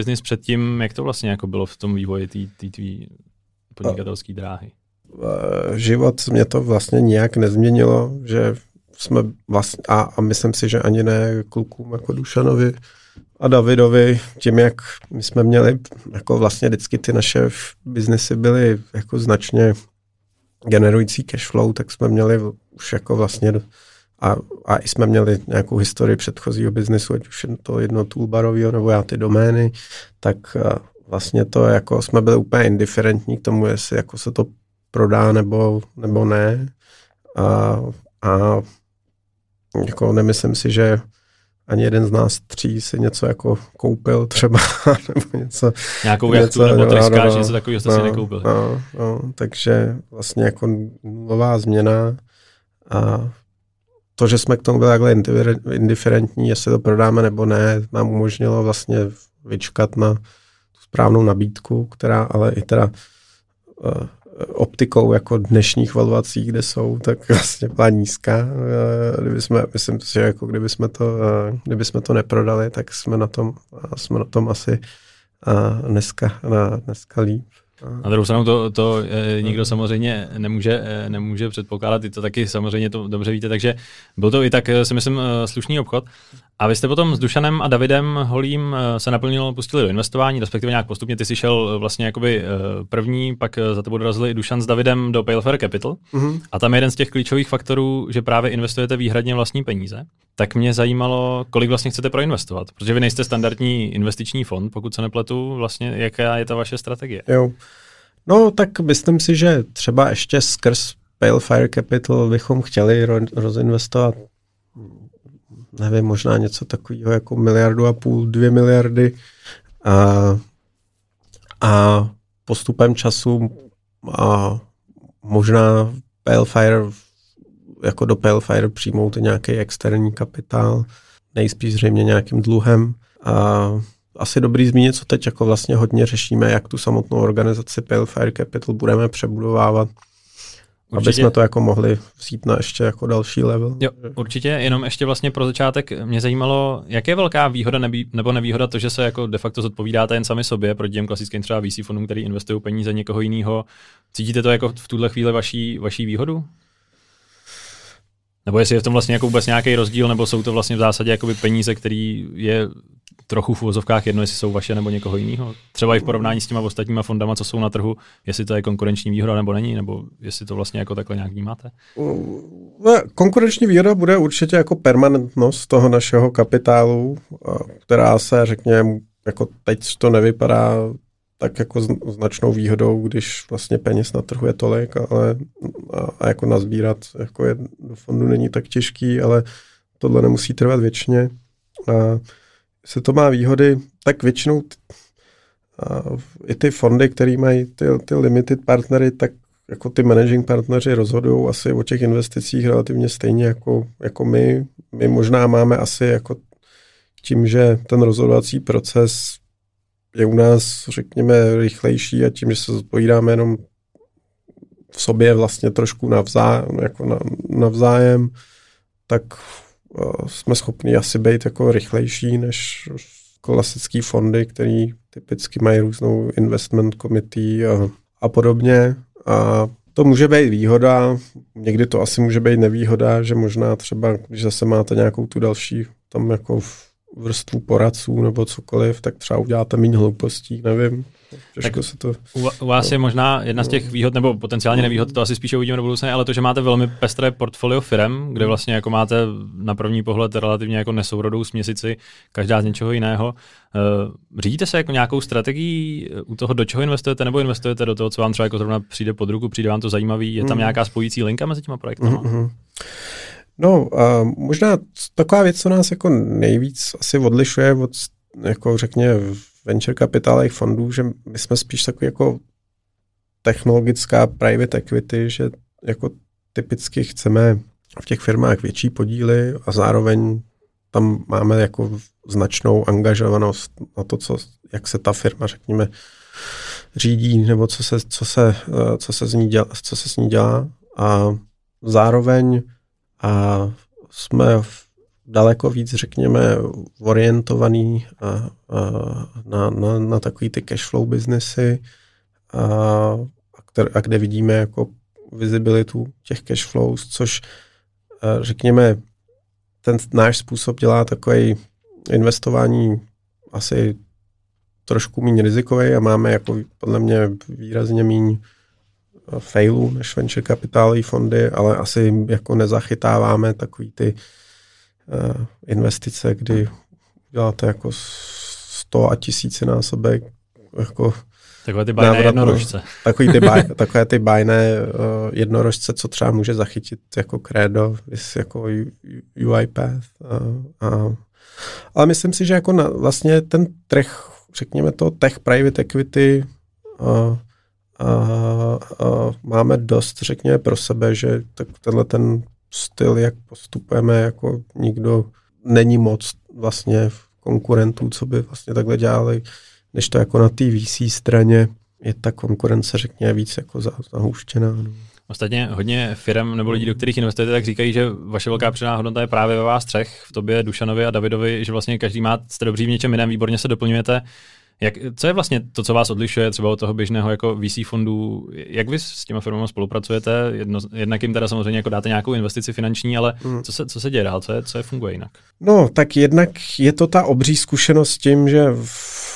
biznis předtím, jak to vlastně jako bylo v tom vývoji té tvý podnikatelské dráhy? Život mě to vlastně nijak nezměnilo, že jsme vlastně, a, a myslím si, že ani ne klukům jako Dušanovi a Davidovi, tím, jak my jsme měli, jako vlastně vždycky ty naše biznesy byly jako značně generující cashflow, tak jsme měli už jako vlastně a, a i jsme měli nějakou historii předchozího biznesu, ať už to jedno toolbarového, nebo já ty domény, tak vlastně to jako jsme byli úplně indiferentní k tomu, jestli jako se to prodá nebo, nebo ne. A, a jako nemyslím si, že ani jeden z nás tří si něco jako koupil třeba, nebo něco. Nějakou jachtu nebo tryskáč, něco takového jste no, si nekoupil. No, no, takže vlastně jako nulová změna a to, že jsme k tomu byli takhle indiferentní, jestli to prodáme nebo ne, nám umožnilo vlastně vyčkat na tu správnou nabídku, která ale i teda uh, optikou jako dnešních valuací, kde jsou, tak vlastně byla nízká. Kdyby jsme, myslím si, že jako kdyby jsme to, kdyby jsme to neprodali, tak jsme na tom, jsme na tom asi dneska, dneska líp. Na druhou stranu to, to e, nikdo samozřejmě nemůže, e, nemůže předpokládat, ty to taky samozřejmě to dobře víte, takže byl to i tak, si myslím, slušný obchod. A vy jste potom s Dušanem a Davidem Holým se naplnilo, pustili do investování, respektive nějak postupně, ty jsi šel vlastně jakoby první, pak za tebou dorazili Dušan s Davidem do Pale Fair Capital mm-hmm. a tam je jeden z těch klíčových faktorů, že právě investujete výhradně vlastní peníze. Tak mě zajímalo, kolik vlastně chcete proinvestovat, protože vy nejste standardní investiční fond, pokud se nepletu, vlastně jaká je ta vaše strategie? Jo. No tak myslím si, že třeba ještě skrz Pale Fair Capital bychom chtěli ro- rozinvestovat nevím, možná něco takového jako miliardu a půl, dvě miliardy a, a postupem času a možná Pale Fire, jako do Pale Fire přijmout i nějaký externí kapitál, nejspíš zřejmě nějakým dluhem. A asi dobrý zmínit, co teď jako vlastně hodně řešíme, jak tu samotnou organizaci Pale Fire Capital budeme přebudovávat. Určitě. Aby jsme to jako mohli vzít na ještě jako další level. Jo, určitě, jenom ještě vlastně pro začátek mě zajímalo, jak je velká výhoda nebý, nebo nevýhoda to, že se jako de facto zodpovídáte jen sami sobě proti těm klasickým třeba V C fondům, který investují peníze někoho jiného. Cítíte to jako v tuhle chvíli vaší, vaší výhodu? Nebo jestli je v tom vlastně jako vůbec nějaký rozdíl, nebo jsou to vlastně v zásadě jakoby peníze, který je trochu v uvozovkách jedno, jestli jsou vaše nebo někoho jiného. Třeba i v porovnání s těma ostatníma fondama, co jsou na trhu, jestli to je konkurenční výhoda nebo není, nebo jestli to vlastně jako takhle nějak vnímáte? Konkurenční výhoda bude určitě jako permanentnost toho našeho kapitálu, která se, řekněme, jako teď to nevypadá tak jako značnou výhodou, když vlastně peněz na trhu je tolik, ale a, a jako nazbírat jako je, do fondu není tak těžký, ale tohle nemusí trvat věčně. A jestli to má výhody, tak většinou t, a, i ty fondy, které mají ty, ty limited partnery, tak jako ty managing partneři rozhodují asi o těch investicích relativně stejně jako, jako my. My možná máme asi jako tím, že ten rozhodovací proces je u nás, řekněme, rychlejší a tím, že se zodpovídáme jenom v sobě vlastně trošku navzájem, jako navzájem, tak uh, jsme schopni asi být jako rychlejší než klasický fondy, které typicky mají různou investment committee a, a podobně. A to může být výhoda, někdy to asi může být nevýhoda, že možná třeba, když zase máte nějakou tu další tam jako v vrstvu poradců nebo cokoliv, tak třeba uděláte méně hloupostí, nevím. Těžko se to... U, u vás je možná jedna z těch výhod, nebo potenciálně nevýhod, to asi spíše uvidíme do budoucna, ale to, že máte velmi pestré portfolio firem, kde vlastně jako máte na první pohled relativně jako nesourodou směsici, každá z něčeho jiného. Řídíte se jako nějakou strategií u toho, do čeho investujete, nebo investujete do toho, co vám třeba jako zrovna přijde pod ruku, přijde vám to zajímavý, je tam mm. nějaká spojící linka mezi těma projektama? Mm-hmm. No, uh, možná taková věc, co nás jako nejvíc asi odlišuje od, jako řekně, venture kapitálových fondů, že my jsme spíš takový jako technologická private equity, že jako typicky chceme v těch firmách větší podíly a zároveň tam máme jako značnou angažovanost na to, co, jak se ta firma, řekněme, řídí, nebo co se, co se, co se, z ní dělá, co se s ní dělá. A zároveň a jsme daleko víc, řekněme, orientovaný a, a, na, na, na takový ty cashflow biznesy a, a kde vidíme jako vizibilitu těch cashflows, což a, řekněme, ten náš způsob dělá takový investování asi trošku méně rizikový a máme jako podle mě výrazně méně failů než venture kapitálové fondy, ale asi jako nezachytáváme takový ty uh, investice, kdy děláte jako sto a tisícinásobek jako takové ty bajné jednorožce. Takový ty baj, takové ty bajné uh, jednorožce, co třeba může zachytit jako Credo, jako U I Path. Uh, uh. Ale myslím si, že jako na, vlastně ten trh, řekněme to, tech private equity uh, A, a máme dost, řekněme, pro sebe, že tak tenhle ten styl, jak postupujeme, jako nikdo není moc vlastně konkurentů, co by vlastně takhle dělali, než to jako na té V C straně je ta konkurence, řekněme, víc jako zahuštěná. No. Ostatně hodně firm nebo lidí, do kterých investujete, tak říkají, že vaše velká přidaná hodnota je právě ve vás třech, v tobě, Dušanovi a Davidovi, že vlastně každý má, jste dobří v něčem jiném, výborně se doplňujete. Jak, co je vlastně to, co vás odlišuje třeba od toho běžného jako V C fondu? Jak vy s těma firmami spolupracujete? Jedno, jednak jim teda samozřejmě jako dáte nějakou investici finanční, ale hmm. co, se, co se děje dál? Co je, co je funguje jinak? No, tak jednak je to ta obří zkušenost s tím, že v,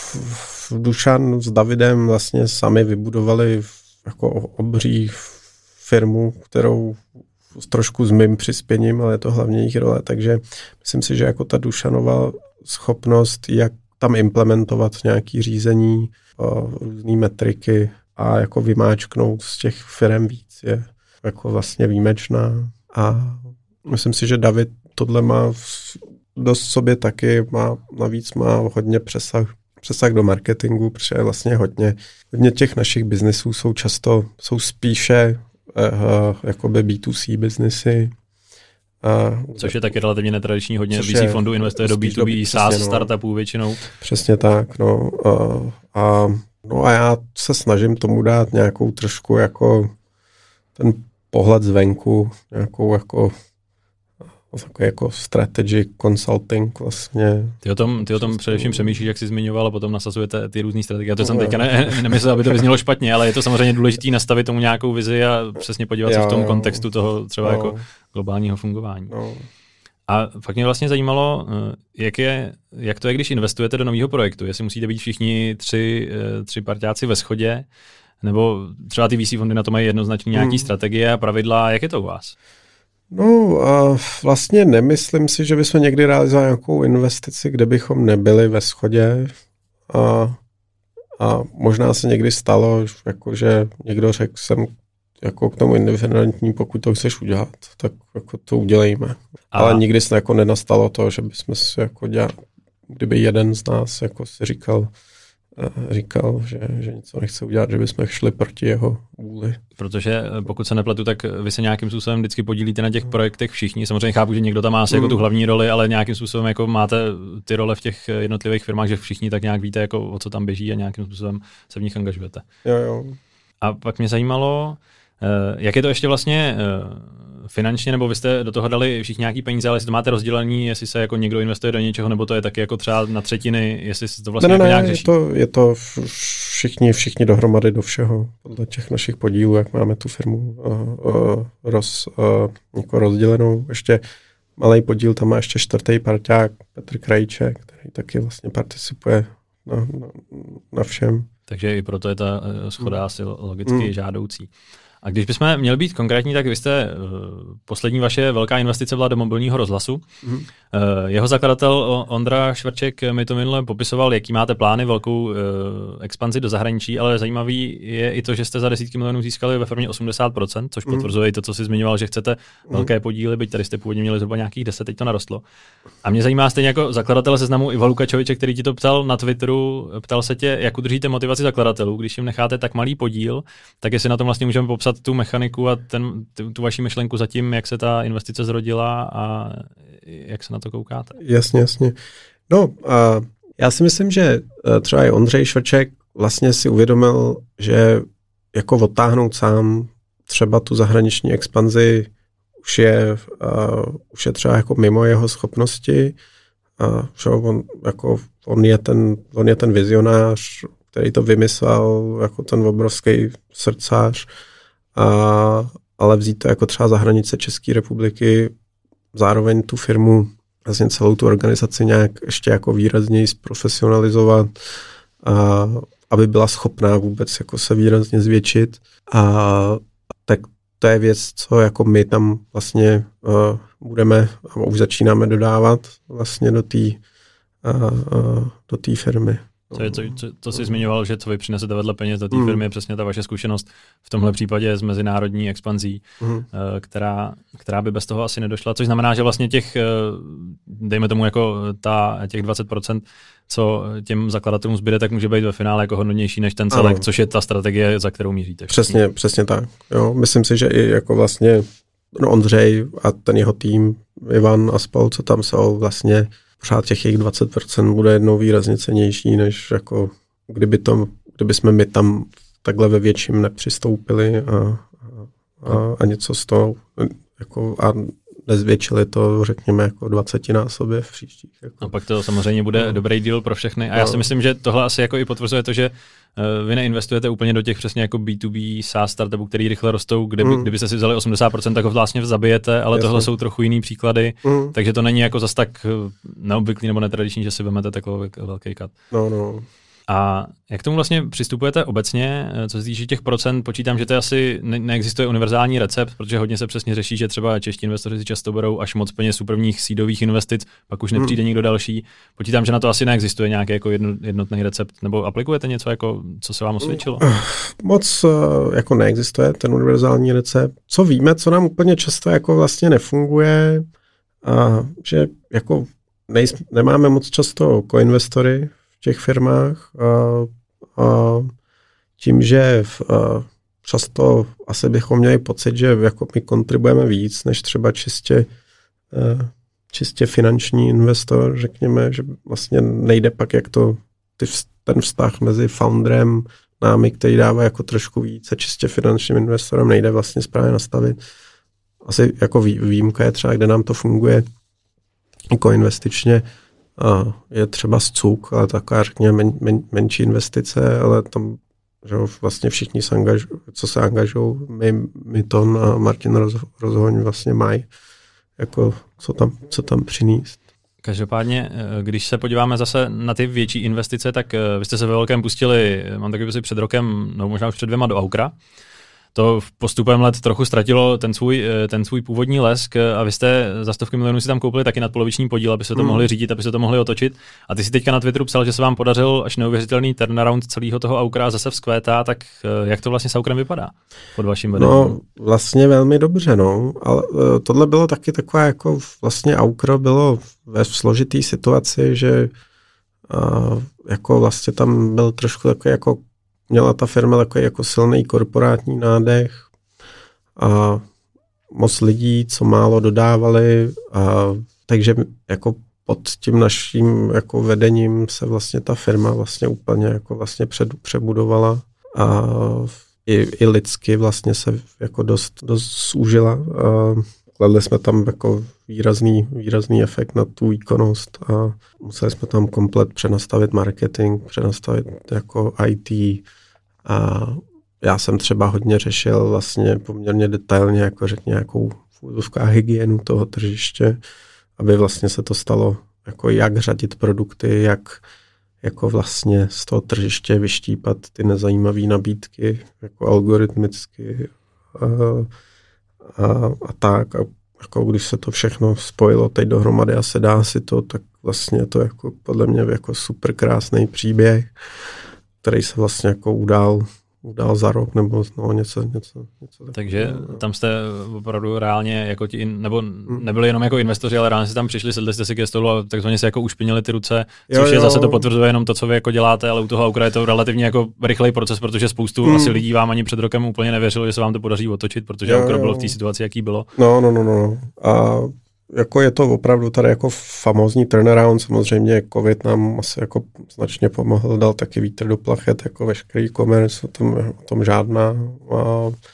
v Dušan s Davidem vlastně sami vybudovali jako obří firmu, kterou trošku s mým přispěním, ale je to hlavně jejich role, takže myslím si, že jako ta Dušanova schopnost, jak tam implementovat nějaké řízení, různé metriky a jako vymáčknout z těch firem víc je jako vlastně výjimečná. A myslím si, že David tohle má dost sobě taky, má, navíc má hodně přesah, přesah do marketingu, protože vlastně hodně, hodně těch našich biznesů jsou často, jsou spíše uh, jakoby B dva C biznesy. A, což je taky relativně netradiční, hodně V C fondů investuje do B dva B, SaaS no, startupů většinou. Přesně tak, no. A, a, no a já se snažím tomu dát nějakou trošku jako ten pohled zvenku, nějakou jako takový jako strategy consulting vlastně. Ty o tom, ty o tom především přemýšlíš, jak jsi zmiňoval, a potom nasazujete ty různý strategie. Já to jsem teďka ne, nemyslel, aby to vyznělo špatně, ale je to samozřejmě důležité nastavit tomu nějakou vizi a přesně podívat jo, se v tom jo. kontextu toho třeba no. jako globálního fungování. No. A fakt mě vlastně zajímalo, jak, je, jak to je, když investujete do nového projektu. Jestli musíte být všichni tři, tři parťáci ve shodě, nebo třeba ty V C fondy na to mají jednoznačně nějaký hmm. strategie a pravidla. Jak je to u vás? No a vlastně nemyslím si, že bychom někdy realizovali nějakou investici, kde bychom nebyli ve shodě a, a možná se někdy stalo, jako že někdo řekl jsem jako k tomu indiferentní, pokud to chceš udělat, tak jako to udělejme. A. Ale nikdy se jako nenastalo to, že bychom si jako dělali, kdyby jeden z nás jako si říkal, říkal, že, že něco nechce udělat, že bychom šli proti jeho vůli. Protože pokud se nepletu, tak vy se nějakým způsobem vždycky podílíte na těch projektech všichni. Samozřejmě chápu, že někdo tam má asi mm. jako tu hlavní roli, ale nějakým způsobem jako máte ty role v těch jednotlivých firmách, že všichni tak nějak víte, jako, o co tam běží a nějakým způsobem se v nich angažujete. Jo, jo. A pak mě zajímalo, jak je to ještě vlastně finančně, nebo vy jste do toho dali všichni nějaký peníze, ale jestli to máte rozdělení, jestli se jako někdo investuje do něčeho, nebo to je taky jako třeba na třetiny, jestli se to vlastně ne, jako ne, nějak řeší. Je to, je to všichni, všichni dohromady do všeho, podle těch našich podílů, jak máme tu firmu uh, uh, roz, uh, jako rozdělenou. Ještě malý podíl, tam má ještě čtvrtý parťák, Petr Krajíček, který taky vlastně participuje na, na, na všem. Takže i proto je ta shoda mm. asi logicky mm. žádoucí. A když bychom měli být konkrétní, tak vy jste, uh, poslední vaše velká investice byla do mobilního rozhlasu. Mm. Uh, jeho zakladatel Ondra Švrček mi to minule popisoval, jaký máte plány, velkou uh, expanzi do zahraničí, ale zajímavý je i to, že jste za desítky milionů získali ve firmě osmdesát procent, což mm. potvrzuje i to, co jsi zmiňoval, že chcete mm. velké podíly, byť tady jste původně měli zhruba nějakých deset, teď to narostlo. A mě zajímá stejně jako zakladatel Seznamu Iva Lukačoviče, který ti to ptal na Twitteru, ptal se tě, jak udržíte motivaci zakladatelů, když jim necháte tak malý podíl, tak jestli na tom vlastně můžeme popsat tu mechaniku a ten, tu vaši myšlenku za tím, jak se ta investice zrodila a jak se na to koukáte. Jasně, jasně. No, uh, já si myslím, že uh, třeba i Ondřej Švrček vlastně si uvědomil, že jako odtáhnout sám třeba tu zahraniční expanzi už je, uh, už je třeba jako mimo jeho schopnosti. A že on, jako, on, je ten, on je ten vizionář, který to vymyslel, jako ten obrovský srdcař, a, ale vzít to jako třeba za hranice České republiky, zároveň tu firmu, vlastně celou tu organizaci nějak ještě jako výrazněji zprofesionalizovat, a, aby byla schopná vůbec jako se výrazně zvětšit. A tak to je věc, co jako my tam vlastně uh, budeme a už začínáme dodávat vlastně do té uh, uh, do té firmy. Co je, co, co, to jsi zmiňoval, že co vy přinesete vedle peněz do té mm. firmy, je přesně ta vaše zkušenost v tomhle případě s mezinárodní expanzí, mm. která, která by bez toho asi nedošla, což znamená, že vlastně těch, dejme tomu jako ta, těch dvacet procent, co těm zakladatelům zbyde, tak může být ve finále jako hodnotnější než ten celek, ano. Což je ta strategie, za kterou míříte. Přesně, přesně tak. Jo, myslím si, že i jako vlastně no Ondřej a ten jeho tým, Ivan a spol, co tam jsou, vlastně pořád těch jejich dvacet procent bude jednou výrazně cenější, než jako kdyby, to, kdyby jsme my tam takhle ve větším nepřistoupili a, a, a něco z toho jako a nezvětšili to, řekněme, jako dvacetinásobě v příštích. Jako. A pak to samozřejmě bude no. dobrý deal pro všechny. A já si myslím, že tohle asi jako i potvrzuje to, že uh, vy neinvestujete úplně do těch přesně jako bé dvě bé SaaS startupů, který rychle rostou, kde by, mm. kdybyste si vzali osmdesát procent, tak ho vlastně zabijete, ale Jasně. tohle jsou trochu jiný příklady, mm. takže to není jako zas tak neobvyklý nebo netradiční, že si vezmete takový velký cut. No, no. A jak tomu vlastně přistupujete obecně, co se týče těch procent, počítám, že to asi ne- neexistuje univerzální recept, protože hodně se přesně řeší, že třeba čeští investoři si často berou až moc peněz u prvních seedových investic, pak už nepřijde hmm. nikdo další. Počítám, že na to asi neexistuje nějaký jako jedno, jednotný recept, nebo aplikujete něco, jako, co se vám osvědčilo? Moc jako neexistuje ten univerzální recept. Co víme, co nám úplně často jako vlastně nefunguje, a že jako nejsme, nemáme moc často koinvestory v těch firmách a, a tím, že v, a často asi bychom měli pocit, že jako my kontribujeme víc, než třeba čistě, a, čistě finanční investor, řekněme, že vlastně nejde pak, jak to ty, ten vztah mezi founderem, námi, který dává jako trošku víc a čistě finančním investorem nejde vlastně správně nastavit. Asi jako vý, výjimka je třeba, kde nám to funguje jako investičně, a je třeba Scuk, ale taková, řekněme, men, men, menší investice, ale tam že vlastně všichni, se angaž, co se angažují, my, Myton a Martin Roz, Rozhoň vlastně mají, jako co tam, co tam přinést. Každopádně, když se podíváme zase na ty větší investice, tak vy jste se ve velkém pustili, mám takový před rokem, no možná už před dvěma do Aukra. To postupem let trochu ztratilo ten svůj, ten svůj původní lesk a vy jste za stovky milionů si tam koupili taky nadpoloviční podíl, aby se to mm. mohli řídit, aby se to mohli otočit. A ty si teďka na Twitteru psal, že se vám podařil až neuvěřitelný turnaround celého toho Aukra a zase vzkvétá, tak jak to vlastně s Aukrem vypadá pod vaším vedením? No vlastně velmi dobře, no. Ale tohle bylo taky taková jako vlastně Aukro bylo ve složitý situaci, že uh, jako vlastně tam byl trošku takový jako měla ta firma takový jako silný korporátní nádech a moc lidí, co málo dodávali, a takže jako pod tím naším jako vedením se vlastně ta firma vlastně úplně jako vlastně před, přebudovala a i, i lidsky vlastně se jako dost, dost zúžila a kladli jsme tam jako výrazný, výrazný efekt na tu výkonnost a museli jsme tam komplet přenastavit marketing, přenastavit jako í té. A já jsem třeba hodně řešil vlastně poměrně detailně, jako řekně nějakou hygienu toho tržiště, aby vlastně se to stalo, jako jak řadit produkty, jak jako vlastně z toho tržiště vyštípat ty nezajímavé nabídky, jako algoritmicky a, a, a tak. A jako když se to všechno spojilo teď dohromady a se dá si to, tak vlastně to jako podle mě jako super krásný příběh, který se vlastně jako udál, udál za rok nebo no, něco, něco, něco. Takže takového. Tam jste opravdu reálně jako ti, nebo hmm. nebyli jenom jako investoři, ale reálně si tam přišli, sedli jste si ke stolu a takzvaně se jako ušpinili ty ruce, což jo, jo. je zase to potvrzuje jenom to, co vy jako děláte, ale u toho Aukra je to relativně jako rychlej proces, protože spoustu hmm. asi lidí vám ani před rokem úplně nevěřilo, že se vám to podaří otočit, protože Aukra bylo v té situaci, jaký bylo. No, no, no, no. A jako je to opravdu tady jako famózní turnaround, samozřejmě covid nám asi jako značně pomohl, dal taky vítr do plachet, jako veškerý e-commerce, o tom, o tom žádná. A,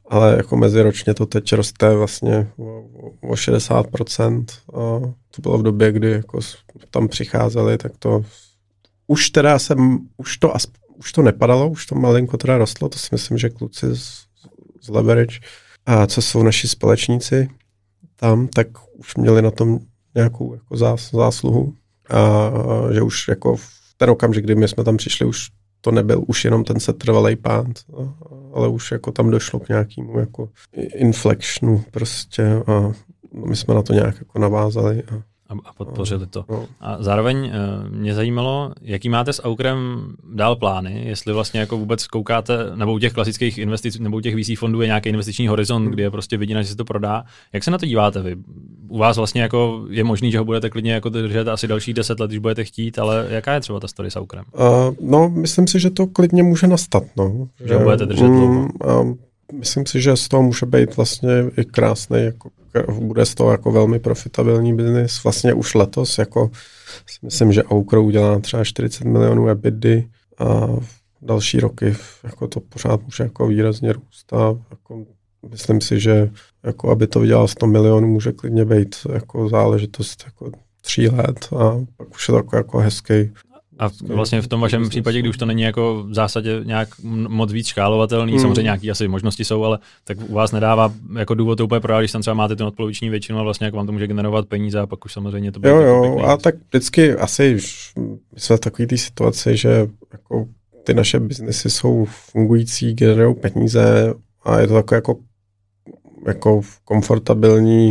ale jako meziročně to teď roste vlastně o, o šedesát procent. A to bylo v době, kdy jako tam přicházeli, tak to už teda jsem, už to, už to nepadalo, už to malinko teda rostlo, to si myslím, že kluci z, z Leverage, a co jsou naši společníci tam, tak už měli na tom nějakou jako zás, zásluhu. A, a že už jako v ten okamžik, kdy my jsme tam přišli, už to nebyl už jenom ten setrvalej pád, ale už jako tam došlo k nějakému jako inflectionu prostě a my jsme na to nějak jako navázali. A, a podpořili to. No. A zároveň mě zajímalo, jaký máte s Aukrem dál plány, jestli vlastně jako vůbec koukáte, nebo u těch klasických investic, nebo u těch V C fondů je nějaký investiční horizont, hmm. kdy je prostě vidina, že se to prodá. Jak se na to díváte vy? U vás vlastně jako je možný, že ho budete klidně jako držet asi dalších deset let, když budete chtít, ale jaká je třeba ta story s Aukrem? Uh, no, myslím si, že to klidně může nastat, no. Že, že budete držet dlouho. Mm, uh, myslím si, že z toho může být vlastně i krásný, jako bude z toho jako velmi profitabilní biznis. Vlastně už letos, jako myslím, že Aukro udělá třeba čtyřicet milionů EBITDA a další roky jako to pořád může jako výrazně růst a jako myslím si, že jako aby to vydělalo sto milionů, může klidně být jako záležitost jako tří let a pak už je to jako, jako hezký. A vlastně v tom vašem business. Případě, kdy už to není jako v zásadě nějak moc víc škálovatelný, mm. samozřejmě nějaké asi možnosti jsou, ale tak u vás nedává jako důvod to úplně prodat, když tam třeba máte tu nadpoloviční většinu a vlastně jak vám to může generovat peníze a pak už samozřejmě to bude. Jo, jo, a tak vždycky asi jsme v takové té situaci, že jako ty naše biznesy jsou fungující, generují peníze a je to takové jako, jako komfortabilní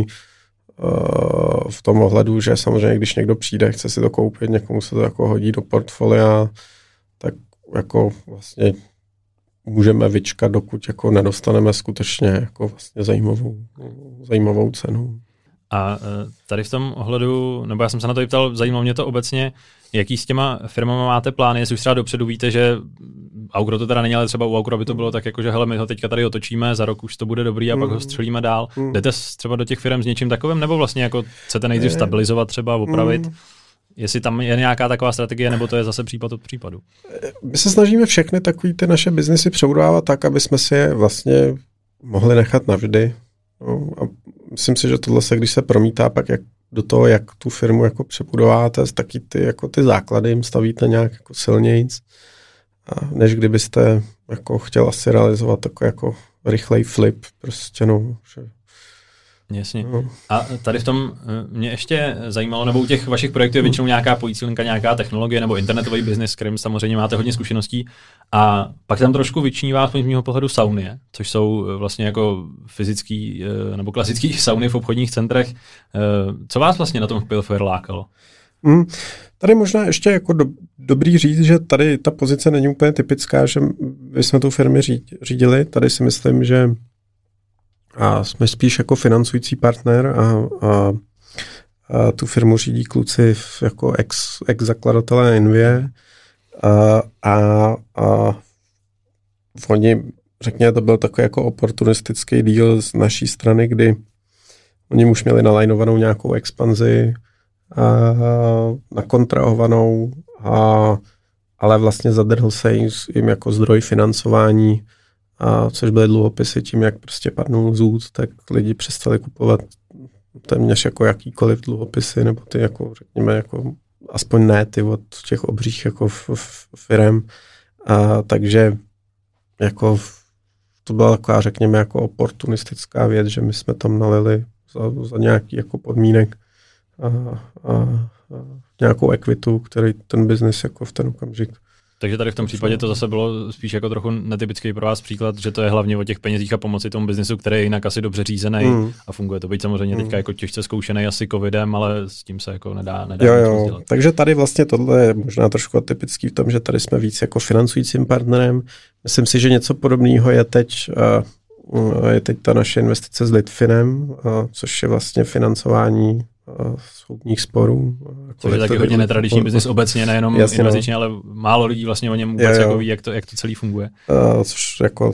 v tom ohledu, že samozřejmě, když někdo přijde, chce si to koupit, někomu se to jako hodí do portfolia, tak jako vlastně můžeme vyčkat, dokud jako nedostaneme skutečně jako vlastně zajímavou, zajímavou cenu. A tady v tom ohledu, nebo já jsem se na to ptal, zajímalo mě to obecně, jaký s těma firmama máte plány, jestli už třeba dopředu víte, že Aukro to teda není, ale třeba u Aukro by to bylo tak jako, že hele, my ho teďka tady otočíme, za rok už to bude dobrý a mm. pak ho střelíme dál. Mm. Jdete třeba do těch firm s něčím takovým, nebo vlastně jako chcete nejdřív stabilizovat třeba, opravit? Mm. Jestli tam je nějaká taková strategie, nebo to je zase případ od případu? My se snažíme všechny takový ty naše biznesy přebudovávat tak, aby jsme si je vlastně mohli nechat navždy. No, a myslím si, že tohle se, když se promítá pak jak do toho, jak tu firmu jako přebudováte, taky ty, jako ty základy jim stavíte nějak jako silnějc, a než kdybyste jako chtěl asi realizovat takový jako rychlej flip, prostě no, že Jasně. No. A tady v tom mě ještě zajímalo, nebo u těch vašich projektů je většinou nějaká pojící linka, nějaká technologie nebo internetový biznis, s kterým samozřejmě máte hodně zkušeností. A pak tam trošku vyčnívá aspoň z mého pohledu sauny, což jsou vlastně jako fyzický nebo klasický sauny v obchodních centrech. Co vás vlastně na tom Pilfair lákalo? Mm, tady možná ještě jako do, dobrý říct, že tady ta pozice není úplně typická, že my jsme tu firmy řídili. Tady si myslím, že a jsme spíš jako financující partner a, a, a tu firmu řídí kluci jako ex, ex zakladatelé Envie a, a, a oni, řekněme, to byl takový jako oportunistický deal z naší strany, kdy oni už měli nalajnovanou nějakou expanzi a, nakontrahovanou, a, ale vlastně zadrhl se jim jako zdroj financování, a což byly dluhopisy, tím, jak prostě padnul zůd, tak lidi přestali kupovat téměř jako jakýkoliv dluhopisy, nebo ty jako, řekněme, jako aspoň ne ty od těch obřích jako f, f, firem. A takže jako to byla taková, řekněme, jako oportunistická věc, že my jsme tam nalili za, za nějaký jako podmínek a, a, a nějakou ekvitu, který ten biznis jako v ten okamžik. Takže tady v tom případě to zase bylo spíš jako trochu netypický pro vás příklad, že to je hlavně o těch penězích a pomoci tomu biznesu, který je jinak asi dobře řízený mm. a funguje to. Byť samozřejmě mm. teďka jako těžce zkoušený asi covidem, ale s tím se jako nedá, nedá jo, jo. Dělat. Takže tady vlastně tohle je možná trošku atypický v tom, že tady jsme víc jako financujícím partnerem. Myslím si, že něco podobného je teď, uh, je teď ta naše investice s Litfinem, uh, což je vlastně financování soudních sporů. Což je taky hodně netradiční biznis obecně, nejenom jasně, investičně, no. Ale málo lidí vlastně o něm vůbec jako ví, jak to, jak to celý funguje. Uh, což jako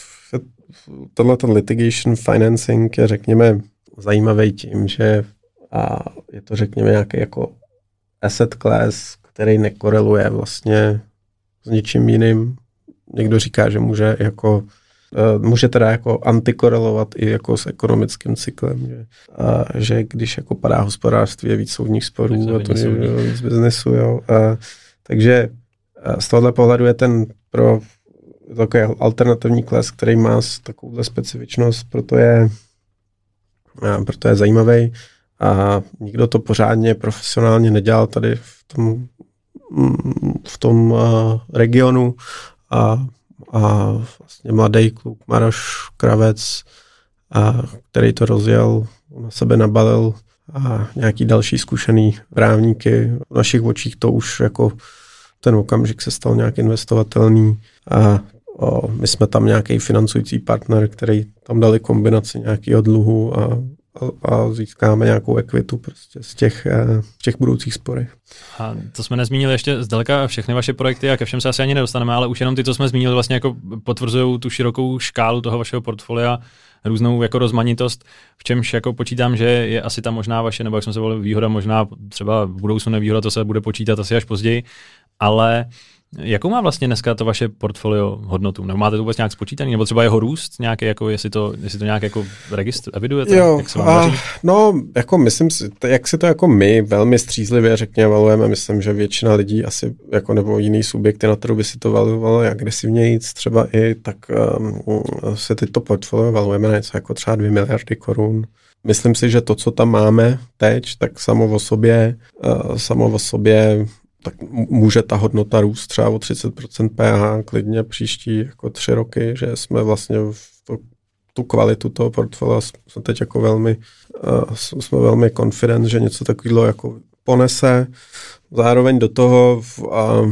tohle ten litigation financing je, řekněme, zajímavý tím, že a je to, řekněme, nějaký jako asset class, který nekoreluje vlastně s ničím jiným. Někdo říká, že může jako může teda jako antikorelovat i jako s ekonomickým cyklem, že, a, že když jako padá hospodářství, je víc soudních sporů a to je víc biznesu, jo. A, takže a z tohohle pohledu je ten pro takový alternativní kles, který má takovouhle specifičnost, proto je, a, proto je zajímavý a nikdo to pořádně profesionálně nedělal tady v tom, v tom uh, regionu a, a vlastně mladý kluk Maroš Kravec, a, který to rozjel, na sebe nabalil a nějaký další zkušený právníky. V našich očích to už jako ten okamžik se stal nějak investovatelný a o, my jsme tam nějaký financující partner, který tam dali kombinaci nějakého dluhu a, a, a získáme nějakou ekvitu prostě z těch, z těch budoucích sporech. A to jsme nezmínili ještě zdaleka všechny vaše projekty a ke všem se asi ani nedostaneme, ale už jenom ty, co jsme zmínili, vlastně jako potvrzují tu širokou škálu toho vašeho portfolia, různou jako rozmanitost, v čemž jako počítám, že je asi ta možná vaše, nebo jak jsme se volili, výhoda, možná třeba v budoucnu nevýhoda, to se bude počítat asi až později, ale jakou má vlastně dneska to vaše portfolio hodnotu? Nebo máte to vůbec nějak spočítaný? Nebo třeba jeho růst nějaký, jako jestli to, jestli to nějak jako registr, evidujete? Jo, jak se vám a, no, jako myslím si, jak si to jako my velmi střízlivě řekně valujeme, myslím, že většina lidí asi, jako nebo jiný subjekty na trhu by si to valuovalo agresivněji, třeba i, tak um, si teď to portfolio valujeme na něco jako třeba dvě miliardy korun. Myslím si, že to, co tam máme teď, tak samo o sobě, uh, samo o sobě tak může ta hodnota růst třeba o třicet procent P H klidně příští jako tři roky, že jsme vlastně v to, tu kvalitu toho portfolia jsme teď jako velmi, uh, jsme velmi confident, že něco takového jako ponese. Zároveň do toho uh,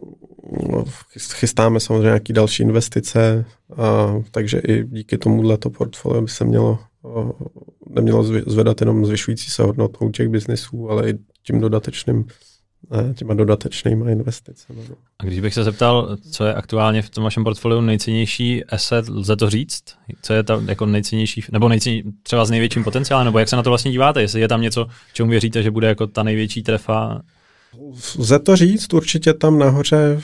chystáme samozřejmě nějaké další investice, uh, takže i díky tomuhle to portfolio by se mělo uh, nemělo zvedat jenom zvyšující se hodnotou těch biznisů, ale i tím dodatečným těma dodatečnýma investicemi. A když bych se zeptal, co je aktuálně v tom vašem portfoliu nejcennější asset, lze to říct? Co je tam jako nejcennější, nebo nejcennější, třeba s největším potenciálem, nebo jak se na to vlastně díváte? Jestli je tam něco, čemu věříte, že bude jako ta největší trefa? Lze to říct, určitě tam nahoře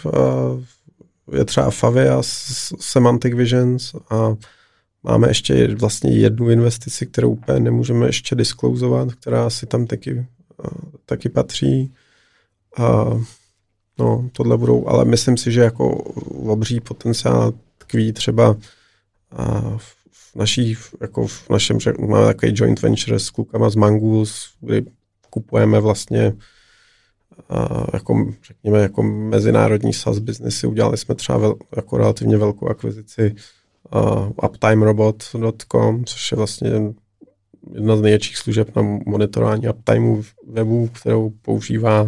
je třeba Favia, Semantic Visions a máme ještě vlastně jednu investici, kterou úplně nemůžeme ještě disclosovat, která si tam taky, taky patří. A no, tohle budou, ale myslím si, že jako obří potenciál tkví třeba a v naší, jako v našem, máme takový joint venture s klukama z Mangus, kdy kupujeme vlastně a jako, řekněme, jako mezinárodní SaaS biznesy. Udělali jsme třeba vel, jako relativně velkou akvizici uh, uptime robot tečka com, což je vlastně jedna z největších služeb na monitorování uptimeu webu, kterou používá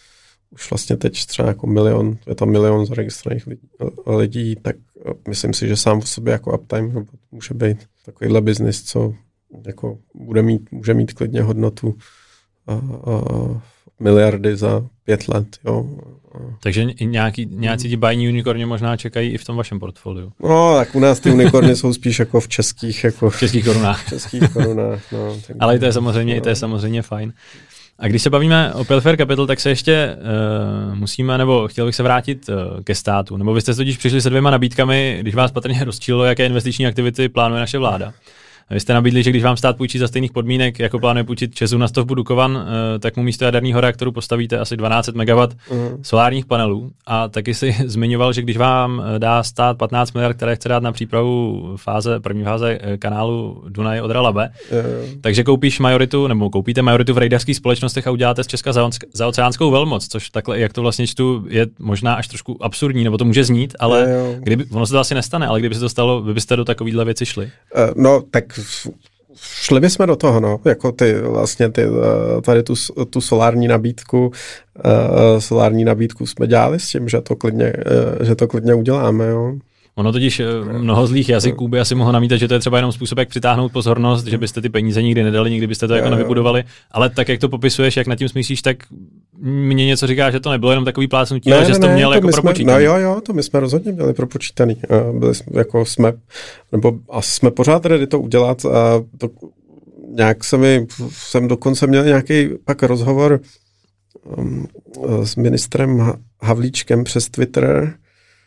už vlastně teď třeba jako milion, je tam milion zaregistrovaných lidí, lidí, tak myslím si, že sám o sobě jako uptime robot může být takovýhle biznis, co jako bude mít, může mít klidně hodnotu a, a miliardy za pět let. Jo. Takže nějaký, nějací ti bajní unikorně možná čekají i v tom vašem portfoliu. No, tak u nás ty unikorny jsou spíš jako v českých, jako v českých korunách. V českých korunách, no. Tak, ale i to je samozřejmě, no. i to je samozřejmě fajn. A když se bavíme o Pilfair Capital, tak se ještě uh, musíme, nebo chtěl bych se vrátit uh, ke státu. Nebo vy jste totiž přišli se dvěma nabídkami, když vás patrně rozčílilo, jaké investiční aktivity plánuje naše vláda. Vy jste nabídli, že když vám stát půjčí za stejných podmínek, jako plánuje půjčit ČEZu na stavbu Dukovan, tak mu místo jaderného reaktoru postavíte asi dvanáct set megawattů uh-huh. solárních panelů. A taky si zmiňoval, že když vám dá stát patnáct miliard, které chce dát na přípravu fáze, první fáze kanálu Dunaj Odra Labe, uh-huh. takže koupíš majoritu, nebo koupíte majoritu v rejdařských společnostech a uděláte z Česka za oceánskou velmoc, což takhle, jak to vlastně čtu, je možná až trošku absurdní, nebo to může znít, ale uh-huh. kdyby, ono se to asi nestane, ale kdyby se to stalo, vy byste do takovýhle věci šli. Uh, no, tak šli bychom do toho, no, jako ty vlastně ty, tady tu, tu solární nabídku, uh, solární nabídku jsme dělali s tím, že to klidně, uh, že to klidně uděláme, jo. Ono totiž mnoho zlých jazyků by asi mohlo namítat, že to je třeba jenom způsob, jak přitáhnout pozornost, že byste ty peníze nikdy nedali, nikdy byste to jako nevybudovali, ale tak, jak to popisuješ, jak nad tím smýšlíš, tak mě něco říká, že to nebylo jenom takový plácnutí, ale že jsi to měl to jako propočítaný. No jo, jo, to my jsme rozhodně měli propočítaný. Byli jsme, jako jsme, nebo asi jsme pořád ready to udělat a to nějak se mi, jsem dokonce měl nějaký pak rozhovor um, s ministrem Havlíčkem přes Twitter.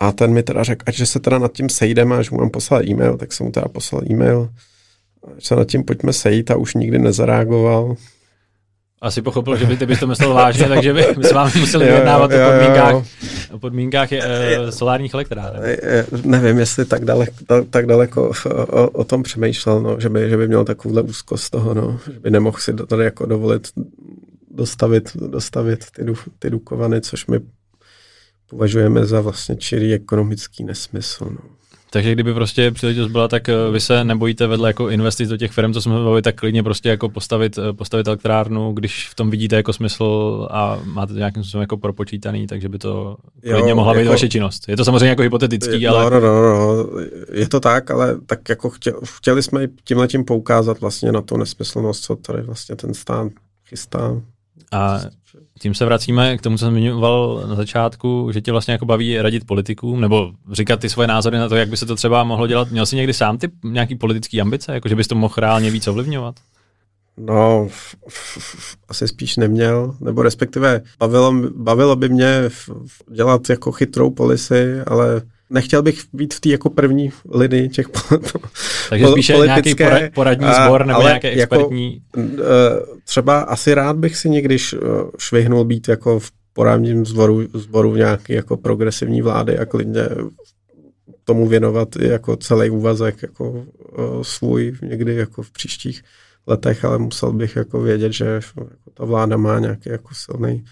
A ten mi teda řekl, ať že se teda nad tím sejdeme, až mu mám poslal e-mail, tak jsem mu teda poslal e-mail, ať se nad tím pojďme sejít a už nikdy nezareagoval. Asi pochopil, že by ty bys to myslel vážně, takže by s vámi museli vyjednávat o podmínkách, o podmínkách je, e, solárních elektráren. Nevím, jestli tak daleko, tak daleko o, o tom přemýšlel, no, že, by, že by měl takovouhle úzkost toho, no, že by nemohl si tady jako dovolit dostavit, dostavit ty, ty Dukovany, což my považujeme za vlastně čirý ekonomický nesmysl. No. Takže kdyby prostě příležitost byla, tak vy se nebojíte vedle jako investic do těch firm, co jsme bavili, tak klidně prostě jako postavit, postavit elektrárnu, když v tom vidíte jako smysl a máte to nějakým způsobem jako propočítaný, takže by to klidně jo, mohla být jako, vaše činnost. Je to samozřejmě jako hypotetický, je, ale... No, no, no, no, je to tak, ale tak jako chtěli, chtěli jsme tímhletím poukázat vlastně na tu nesmyslnost, co tady vlastně ten stát chystá. A tím se vracíme k tomu, co jsem zmiňoval na začátku, že tě vlastně jako baví radit politikům, nebo říkat ty svoje názory na to, jak by se to třeba mohlo dělat. Měl jsi někdy sám ty nějaký politický ambice, jako že bys to mohl reálně víc ovlivňovat? No, f, f, f, asi spíš neměl, nebo respektive bavilo, bavilo by mě dělat jako chytrou policy, ale nechtěl bych být v té jako první linii těch Takže spíše nějaký poradní sbor nebo nějaké expertní... Jako, třeba asi rád bych si někdy švihnul být jako v poradním sboru, sboru v nějaké jako progresivní vlády a klidně tomu věnovat i jako celý úvazek jako svůj někdy jako v příštích letech, ale musel bych jako vědět, že jako ta vláda má nějaký jako silný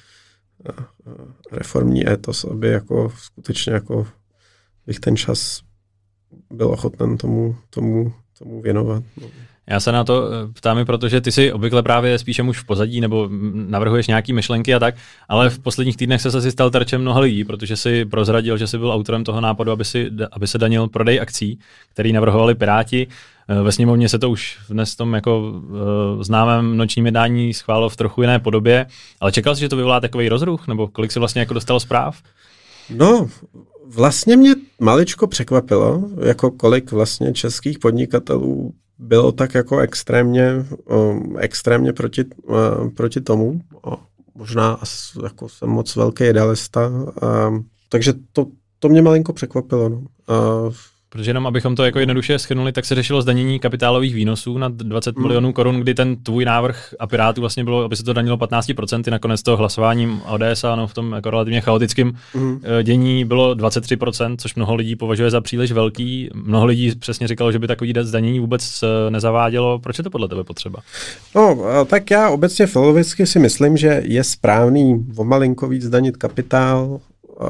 reformní étos, aby jako skutečně jako bych ten čas byl ochoten tomu, tomu, tomu věnovat. Já se na to ptám, protože ty si obvykle právě spíše muž v pozadí nebo navrhuješ nějaký myšlenky a tak, ale v posledních týdnech se asi stal terčem mnoha lidí, protože si prozradil, že jsi byl autorem toho nápadu, aby, si, aby se danil prodej akcí, který navrhovali Piráti. Ve sněmovně se to už dnes v tom jako uh, známém nočním jednání schválilo v trochu jiné podobě, ale čekal jsi, že to vyvolá takový rozruch, nebo kolik jsi vlastně jako dostal zpráv? No, vlastně mě maličko překvapilo, jako kolik vlastně českých podnikatelů bylo tak jako extrémně, um, extrémně proti, uh, proti tomu. Uh, možná as, jako jsem moc velký idealista. Uh, takže to, to mě malinko překvapilo. No. Uh, Protože jenom abychom to jako jednoduše shrnuli, tak se řešilo zdanění kapitálových výnosů na dvacet hmm. milionů korun, kdy ten tvůj návrh a Pirátů vlastně bylo, aby se to danilo patnáct procent, nakonec toho hlasováním O D S a no, v tom jako relativně chaotickém hmm. dění bylo dvacet tři procent, což mnoho lidí považuje za příliš velký. Mnoho lidí přesně říkalo, že by takový zdanění vůbec nezavádělo. Proč je to podle tebe potřeba? No, tak já obecně filozoficky si myslím, že je správný o malinko víc zdanit kapitál,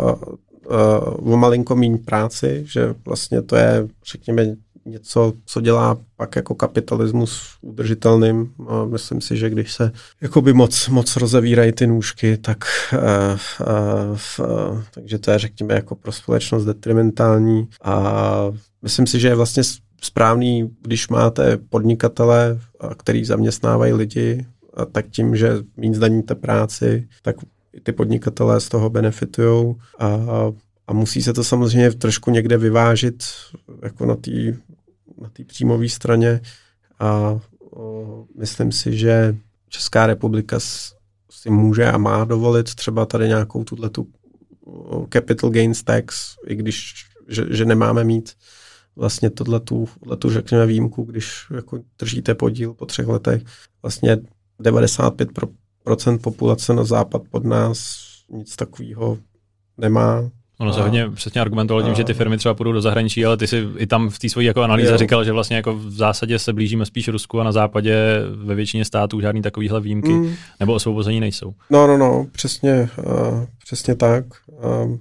o malinko míň práci, že vlastně to je, řekněme, něco, co dělá pak jako kapitalismus udržitelným. A myslím si, že když se jakoby moc, moc rozevírají ty nůžky, tak uh, uh, uh, takže to je, řekněme, jako pro společnost detrimentální. A myslím si, že je vlastně správný, když máte podnikatele, který zaměstnávají lidi, a tak tím, že méně zdaníte práci, tak ty podnikatelé z toho benefitujou a, a musí se to samozřejmě trošku někde vyvážit jako na té na té příjmové straně a o, myslím si, že Česká republika si může a má dovolit třeba tady nějakou tuhletu capital gains tax, i když že, že nemáme mít vlastně tohletu, tohletu řekněme výjimku, když jako držíte podíl po třech letech. Vlastně devadesát pět procent populace na západ pod nás nic takového nemá. Ono se hodně přesně argumentovalo tím, že ty firmy třeba půjdou do zahraničí, ale ty si i tam v té svojí jako analýze jo. říkal, že vlastně jako v zásadě se blížíme spíš Rusku a na západě ve většině států žádný takovýhle výjimky mm. nebo osvobození nejsou. No, no, no, přesně, uh, přesně tak. Uh,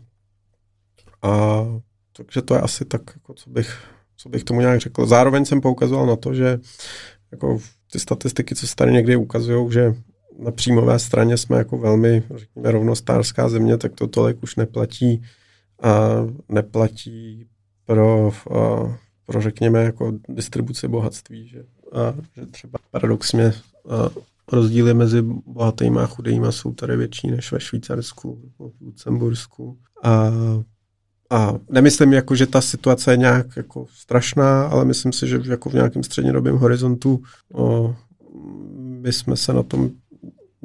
a takže to je asi tak, jako co bych, co bych tomu nějak řekl. Zároveň jsem poukazoval na to, že jako ty statistiky, co se tady někdy ukazují, že na příjmové straně jsme jako velmi, řekněme, rovnostářská země, tak to tolik už neplatí a neplatí pro, a, pro řekněme, jako distribuci bohatství, že, a, že třeba paradoxně a, rozdíly mezi bohatými a chudými jsou tady větší než ve Švýcarsku, v Lucembursku. A, a nemyslím, jako, že ta situace je nějak jako strašná, ale myslím si, že jako v nějakém střednědobém horizontu o, my jsme se na tom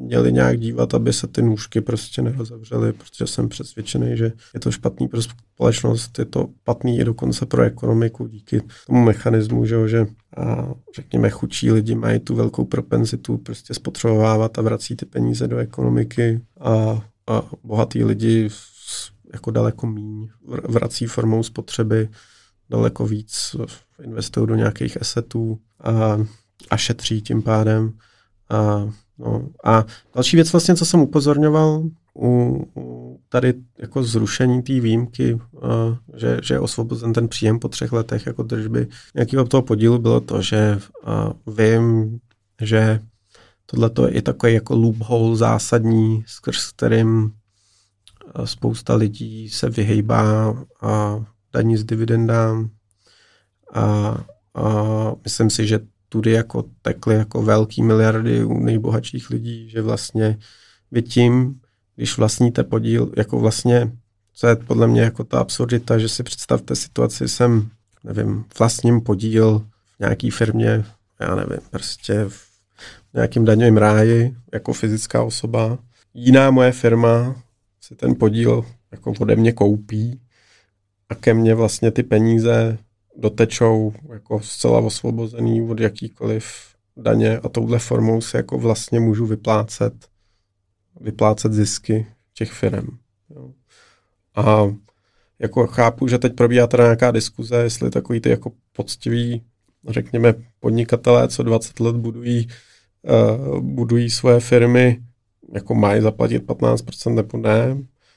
měli nějak dívat, aby se ty nůžky prostě nerozevřely, protože jsem přesvědčený, že je to špatný pro společnost, je to špatný i dokonce pro ekonomiku díky tomu mechanismu, že, že a řekněme chudší lidi mají tu velkou propenzitu prostě spotřebovávat a vrací ty peníze do ekonomiky a, a bohatý lidi jako daleko míň vrací formou spotřeby, daleko víc investují do nějakých assetů a, a šetří tím pádem. A, no, a další věc vlastně, co jsem upozorňoval u, u tady jako zrušení té výjimky, a, že, že je osvobozen ten příjem po třech letech jako držby nějakého toho podílu, bylo to, že a, vím, že tohleto je i takový jako loophole zásadní, skrz kterým spousta lidí se vyhejbá a daní z dividendám a, a myslím si, že tudy jako tekly jako velký miliardy u nejbohatších lidí, že vlastně vy tím, když vlastníte podíl, jako vlastně, co je podle mě jako ta absurdita, že si představte situaci, jsem, nevím, vlastním podíl v nějaký firmě, já nevím, prostě v nějakým daňovým ráji, jako fyzická osoba. Jiná moje firma si ten podíl jako ode mě koupí a ke mně vlastně ty peníze dotečou jako zcela osvobozený od jakýkoliv daně a touhle formou si jako vlastně můžu vyplácet, vyplácet zisky těch firem. Jo. A jako chápu, že teď probíhá teda nějaká diskuze, jestli takový ty jako poctiví, řekněme, podnikatelé, co dvacet let budují, uh, budují svoje firmy, jako mají zaplatit patnáct procent nebo ne.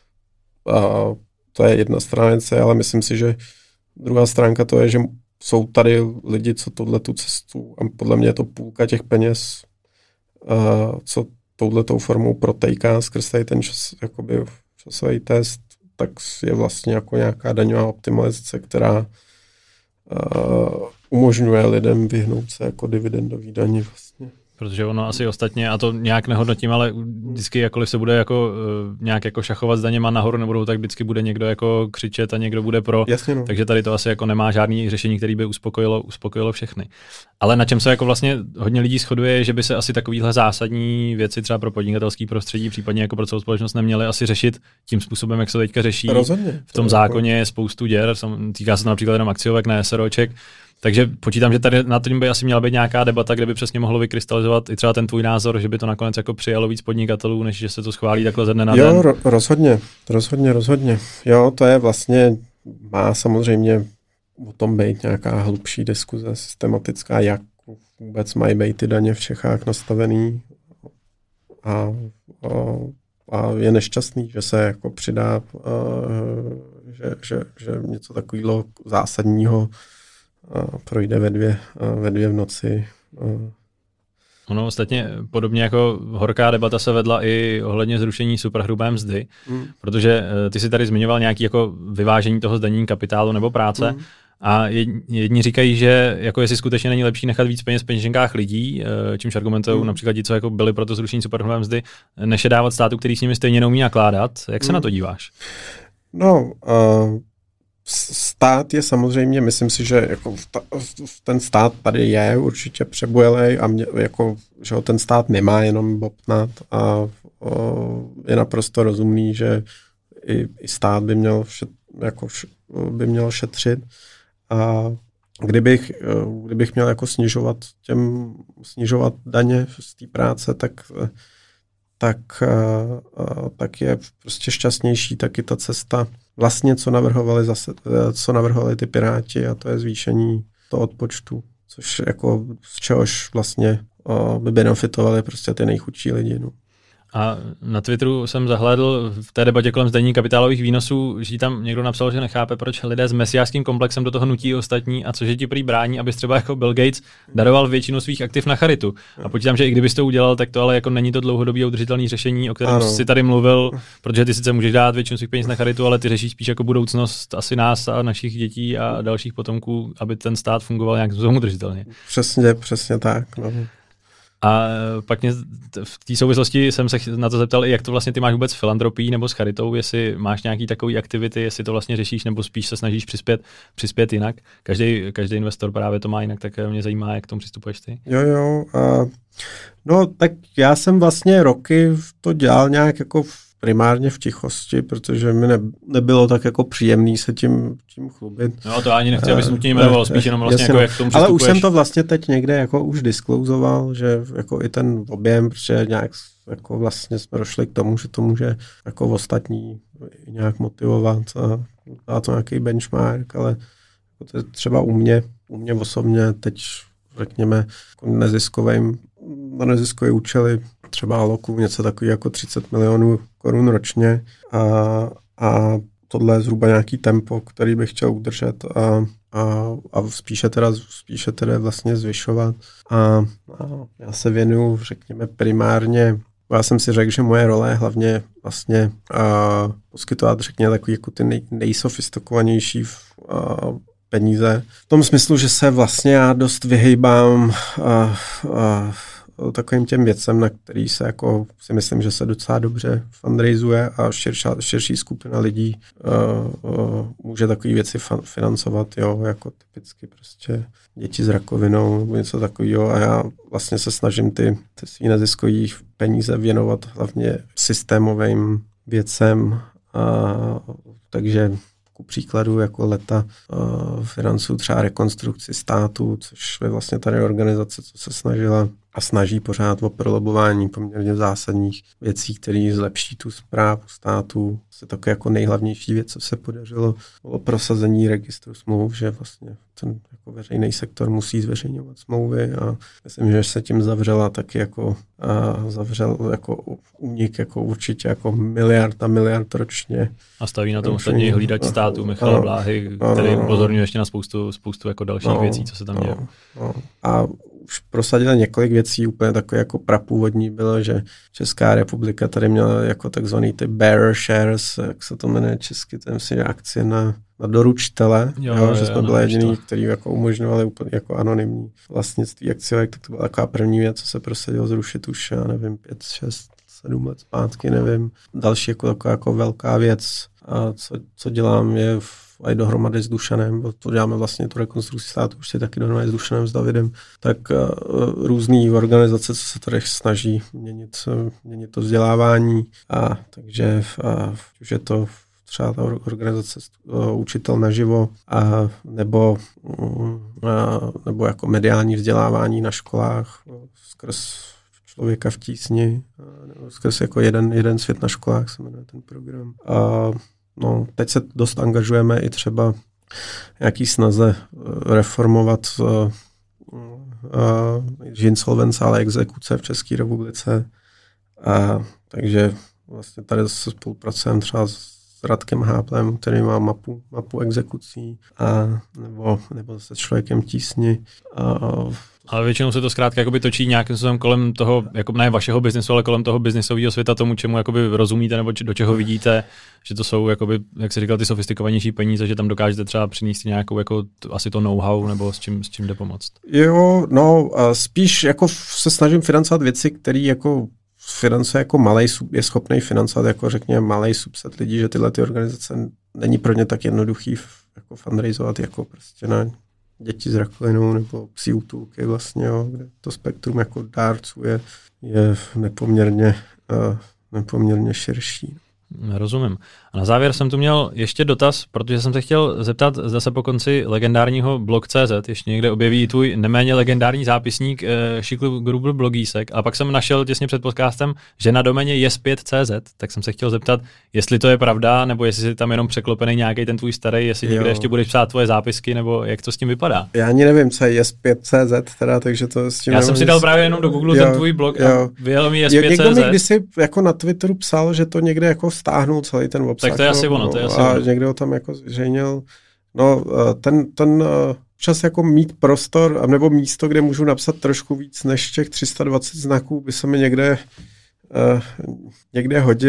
A to je jedna strana věci, ale myslím si, že druhá stránka to je, že jsou tady lidi, co touhletu cestu, a podle mě je to půlka těch peněz, uh, co touhletou formou protejká skrz ten čas, jakoby časový test, tak je vlastně jako nějaká daňová optimalizace, která uh, umožňuje lidem vyhnout se jako dividendový daní vlastně. Protože ono asi ostatně, a to nějak nehodnotím, ale vždycky jakkoliv se bude jako uh, nějak jako šachovat s daněma nahoru nebudou, tak vždycky bude někdo jako křičet a někdo bude pro. Jasně, no. Takže tady to asi jako nemá žádný řešení, který by uspokojilo, uspokojilo všechny. Ale na čem se jako vlastně hodně lidí shoduje, že by se asi takovýhle zásadní věci třeba pro podnikatelský prostředí, případně jako pro celou společnost neměly asi řešit tím způsobem, jak se teďka řeší. Rozhodně. V tom zákoně je spoustu děr, týká se to například jenom akciovek, ne SROček. Takže počítám, že tady na tím by asi měla být nějaká debata, kde by přesně mohlo vykrystalizovat i třeba ten tvůj názor, že by to nakonec jako přijalo víc podnikatelů, než že se to schválí takhle ze dne na den. Jo, ro- rozhodně, rozhodně, rozhodně. Jo, to je vlastně, má samozřejmě o tom být nějaká hlubší diskuze, systematická, jak vůbec mají být ty daně v Čechách nastavený a, a, a je nešťastný, že se jako přidá, a, že, že, že něco takového zásadního a projde ve dvě, ve dvě v noci. Ono ostatně podobně jako horká debata se vedla i ohledně zrušení superhrubé mzdy, mm. protože ty si tady zmiňoval nějaké jako vyvážení toho zdanění kapitálu nebo práce mm. a jedni říkají, že jako jestli skutečně není lepší nechat víc peněz v peněženkách lidí, čímž argumentují mm. například ti, co jako byli pro to zrušení superhrubé mzdy, než je dávat státu, který s nimi stejně neumí nakládat. Jak se mm. na to díváš? No, uh... stát je samozřejmě, myslím si, že jako ten stát tady je určitě přebujelej a mě, jako, že ho ten stát nemá jenom bobtnat a o, je naprosto rozumný, že i, i stát by měl, šet, jako, by měl šetřit a kdybych, kdybych měl jako snižovat těm, snižovat daně z té práce, tak tak, tak je prostě šťastnější taky ta cesta vlastně, co navrhovali zase, co navrhovali ty Piráti, a to je zvýšení toho odpočtu, což jako z čehož vlastně by benefitovali prostě ty nejchudší lidi. No. A na Twitteru jsem zahlédl v té debatě kolem zdanění kapitálových výnosů, že tam někdo napsal, že nechápe, proč lidé s mesiářským komplexem do toho nutí ostatní a cože ti prý brání, abys třeba jako Bill Gates daroval většinu svých aktiv na charitu. A počítám, že i kdybys to udělal, tak to ale jako není to dlouhodobý udržitelný řešení, o kterém jsi tady mluvil, protože ty sice můžeš dát většinu svých peněz na charitu, ale ty řešíš spíš jako budoucnost asi nás a našich dětí a dalších potomků, aby ten stát fungoval nějak udržitelně. Přesně, přesně tak. No. A pak mě v té souvislosti jsem se na to zeptal, jak to vlastně ty máš vůbec s filantropí nebo s charitou, jestli máš nějaký takový aktivity, jestli to vlastně řešíš nebo spíš se snažíš přispět, přispět jinak. Každý, každý investor právě to má jinak, tak mě zajímá, jak k tomu přistupuješ ty. Jo, jo. Uh, no, tak já jsem vlastně roky to dělal nějak jako primárně v tichosti, protože mi ne, nebylo tak jako příjemný se tím, tím chlubit. No to ani nechci, abys nutně jmenoval, spíš jenom vlastně Jasně, jako jak k tomu přistupuješ. Ale už jsem to vlastně teď někde jako už disklouzoval, že jako i ten objem, protože nějak jako vlastně jsme došli k tomu, že to může jako ostatní nějak motivovat a dá to nějaký benchmark, ale jako to je třeba u mě, u mě osobně teď řekněme jako neziskovým, na neziskové účely třeba alokuju něco takový jako třicet milionů korun ročně a, a tohle je zhruba nějaký tempo, který bych chtěl udržet a, a, a spíše, teda, spíše teda vlastně zvyšovat. A, a já se věnuju, řekněme, primárně, já jsem si řekl, že moje role je hlavně vlastně a, poskytovat, řekněme, takový jako ty nej, nejsofistikovanější a, peníze. V tom smyslu, že se vlastně já dost vyhejbám a, a, takovým těm věcem, na který se jako si myslím, že se docela dobře fundraizuje a širší, širší skupina lidí uh, uh, může takové věci fan, financovat, jo, jako typicky prostě děti s rakovinou nebo něco takového a já vlastně se snažím ty, ty svý neziskový peníze věnovat hlavně systémovým věcem, uh, takže ku příkladu jako leta uh, financují třeba rekonstrukci státu, což je vlastně tady organizace, co se snažila a snaží pořád o prolobování poměrně zásadních věcí, které zlepší tu správu státu. To je také jako nejhlavnější věc, co se podařilo, bylo prosazení registru smluv, že vlastně ten jako veřejný sektor musí zveřejňovat smlouvy a myslím, že se tím zavřela taky jako a zavřel jako únik jako určitě jako miliard a miliard ročně. A staví na tom ostatně hlídač státu Michal Bláhy, který upozorňuje ještě na spoustu, spoustu jako dalších no, věcí, co se tam děje. No, no. A už prosadili několik věcí, úplně takové jako prapůvodní bylo, že Česká republika tady měla jako takzvaný ty bearer shares, jak se to jmenuje česky, to je akcie na, na doručitele, jo, jo, že jsme byli jediný, který jako umožňovali úplně jako anonymní vlastnictví akciovek, tak to byla taková první věc, co se prosadilo zrušit už, já nevím, pět, šest, sedm let zpátky, nevím. Další jako taková jako velká věc, a co, co dělám je v a i dohromady s Dušanem, to děláme vlastně tu rekonstrukci státu, už si taky dohromady s Dušanem, s Davidem, tak uh, různý organizace, co se tady snaží měnit, měnit to vzdělávání a takže uh, už je to třeba ta organizace uh, Učitel naživo a nebo, uh, nebo jako mediální vzdělávání na školách uh, skrz Člověka v tísni, uh, nebo skrz jako jeden, jeden svět na školách se jmenuje ten program. Uh, No, teď se dost angažujeme i třeba nějaký snaze reformovat uh, uh, insolvence, ale exekuce v České republice. A, takže vlastně tady se spolupracujeme třeba s Radkem Háplem, který má mapu, mapu exekucí, a, nebo, nebo se Člověkem tísni. A, ale většinou se to zkrátka jakoby točí nějakým způsobem kolem toho, jako ne vašeho biznesu, ale kolem toho biznesového světa, tomu, čemu jakoby rozumíte nebo či, do čeho vidíte, že to jsou, jakoby, jak jsi říkal, ty sofistikovanější peníze, že tam dokážete třeba přinést nějakou, jako, asi to know-how, nebo s čím, s čím jde pomoct. Jo, no, spíš jako se snažím financovat věci, které jako financuje jako malej, je schopný financovat, jako řekněme, malej subset lidí, že tyhle ty organizace není pro ně tak jednoduchý jako fundraizovat, jako prostě na děti s rakovinou nebo psí útulky vlastně, jo, kde to spektrum jako dárců je, je nepoměrně, uh, nepoměrně širší. Rozumím. A na závěr jsem tu měl ještě dotaz, protože jsem se chtěl zeptat, zda se po konci legendárního blog tečka cé zet ještě někde objeví tvůj neméně legendární zápisník eh, Šiklu Grubl blogísek. A pak jsem našel těsně před podcastem, že na doméně jes pět tečka cé zet, tak jsem se chtěl zeptat, jestli to je pravda, nebo jestli jsi tam jenom překlopený nějaký ten tvůj starý, jestli někde jo. ještě budeš psát tvoje zápisky, nebo jak to s tím vypadá. Já ani nevím, co je jes pět tečka cé zet, teda, takže to s tím. Já jsem si dal právě jenom do Google jo, ten tvůj blog jo. a vyjel mi jes pět tečka cé zet. Někdo mi kdysi jako na Twitteru psal, že to někde jako stáhnul celý ten obsah. Tak to je asi ono, to je asi a ono. někde ho tam jako zveřejnil. No, ten, ten čas jako mít prostor, nebo místo, kde můžu napsat trošku víc než těch tři sta dvacet znaků, by se mi někde, uh, někde hodil.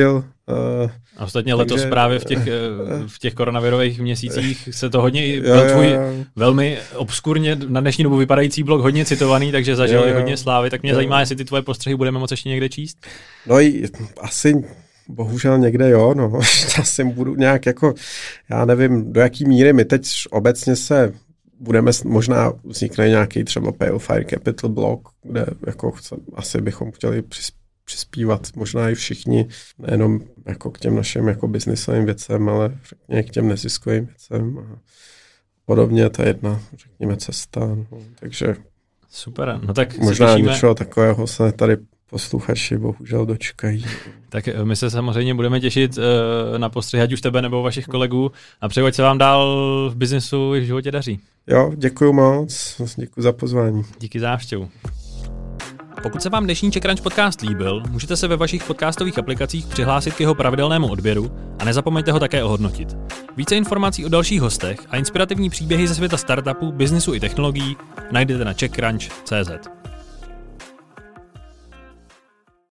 A ostatně takže, letos právě v těch, v těch koronavirových měsících se to hodně, byl tvůj velmi obskurně na dnešní dobu vypadající blog hodně citovaný, takže zažili hodně slávy, tak mě jo. zajímá, jestli ty tvoje postřehy budeme moci ještě někde číst? No i asi bohužel někde jo, no, asi budu nějak jako, já nevím, do jaký míry my teď obecně se budeme, možná vznikne nějaký třeba Pale Fire Capital blog, kde jako asi bychom chtěli přispět přispívat možná i všichni, nejenom jako k těm našim jako biznisovým věcem, ale řekněme k těm neziskovým věcem a podobně, to je jedna, řekněme, cesta. No, takže super, no tak možná těšíme... něčeho takového se tady posluchači bohužel dočkají. Tak my se samozřejmě budeme těšit uh, na postřihy, ať už tebe nebo vašich kolegů a přeju, ať se vám dál v biznesu i v životě daří. Jo, děkuju moc, děkuji za pozvání. Díky za návštěvu. Pokud se vám dnešní CzechCrunch podcast líbil, můžete se ve vašich podcastových aplikacích přihlásit k jeho pravidelnému odběru a nezapomeňte ho také ohodnotit. Více informací o dalších hostech a inspirativní příběhy ze světa startupů, biznisu i technologií najdete na czechcrunch tečka cz.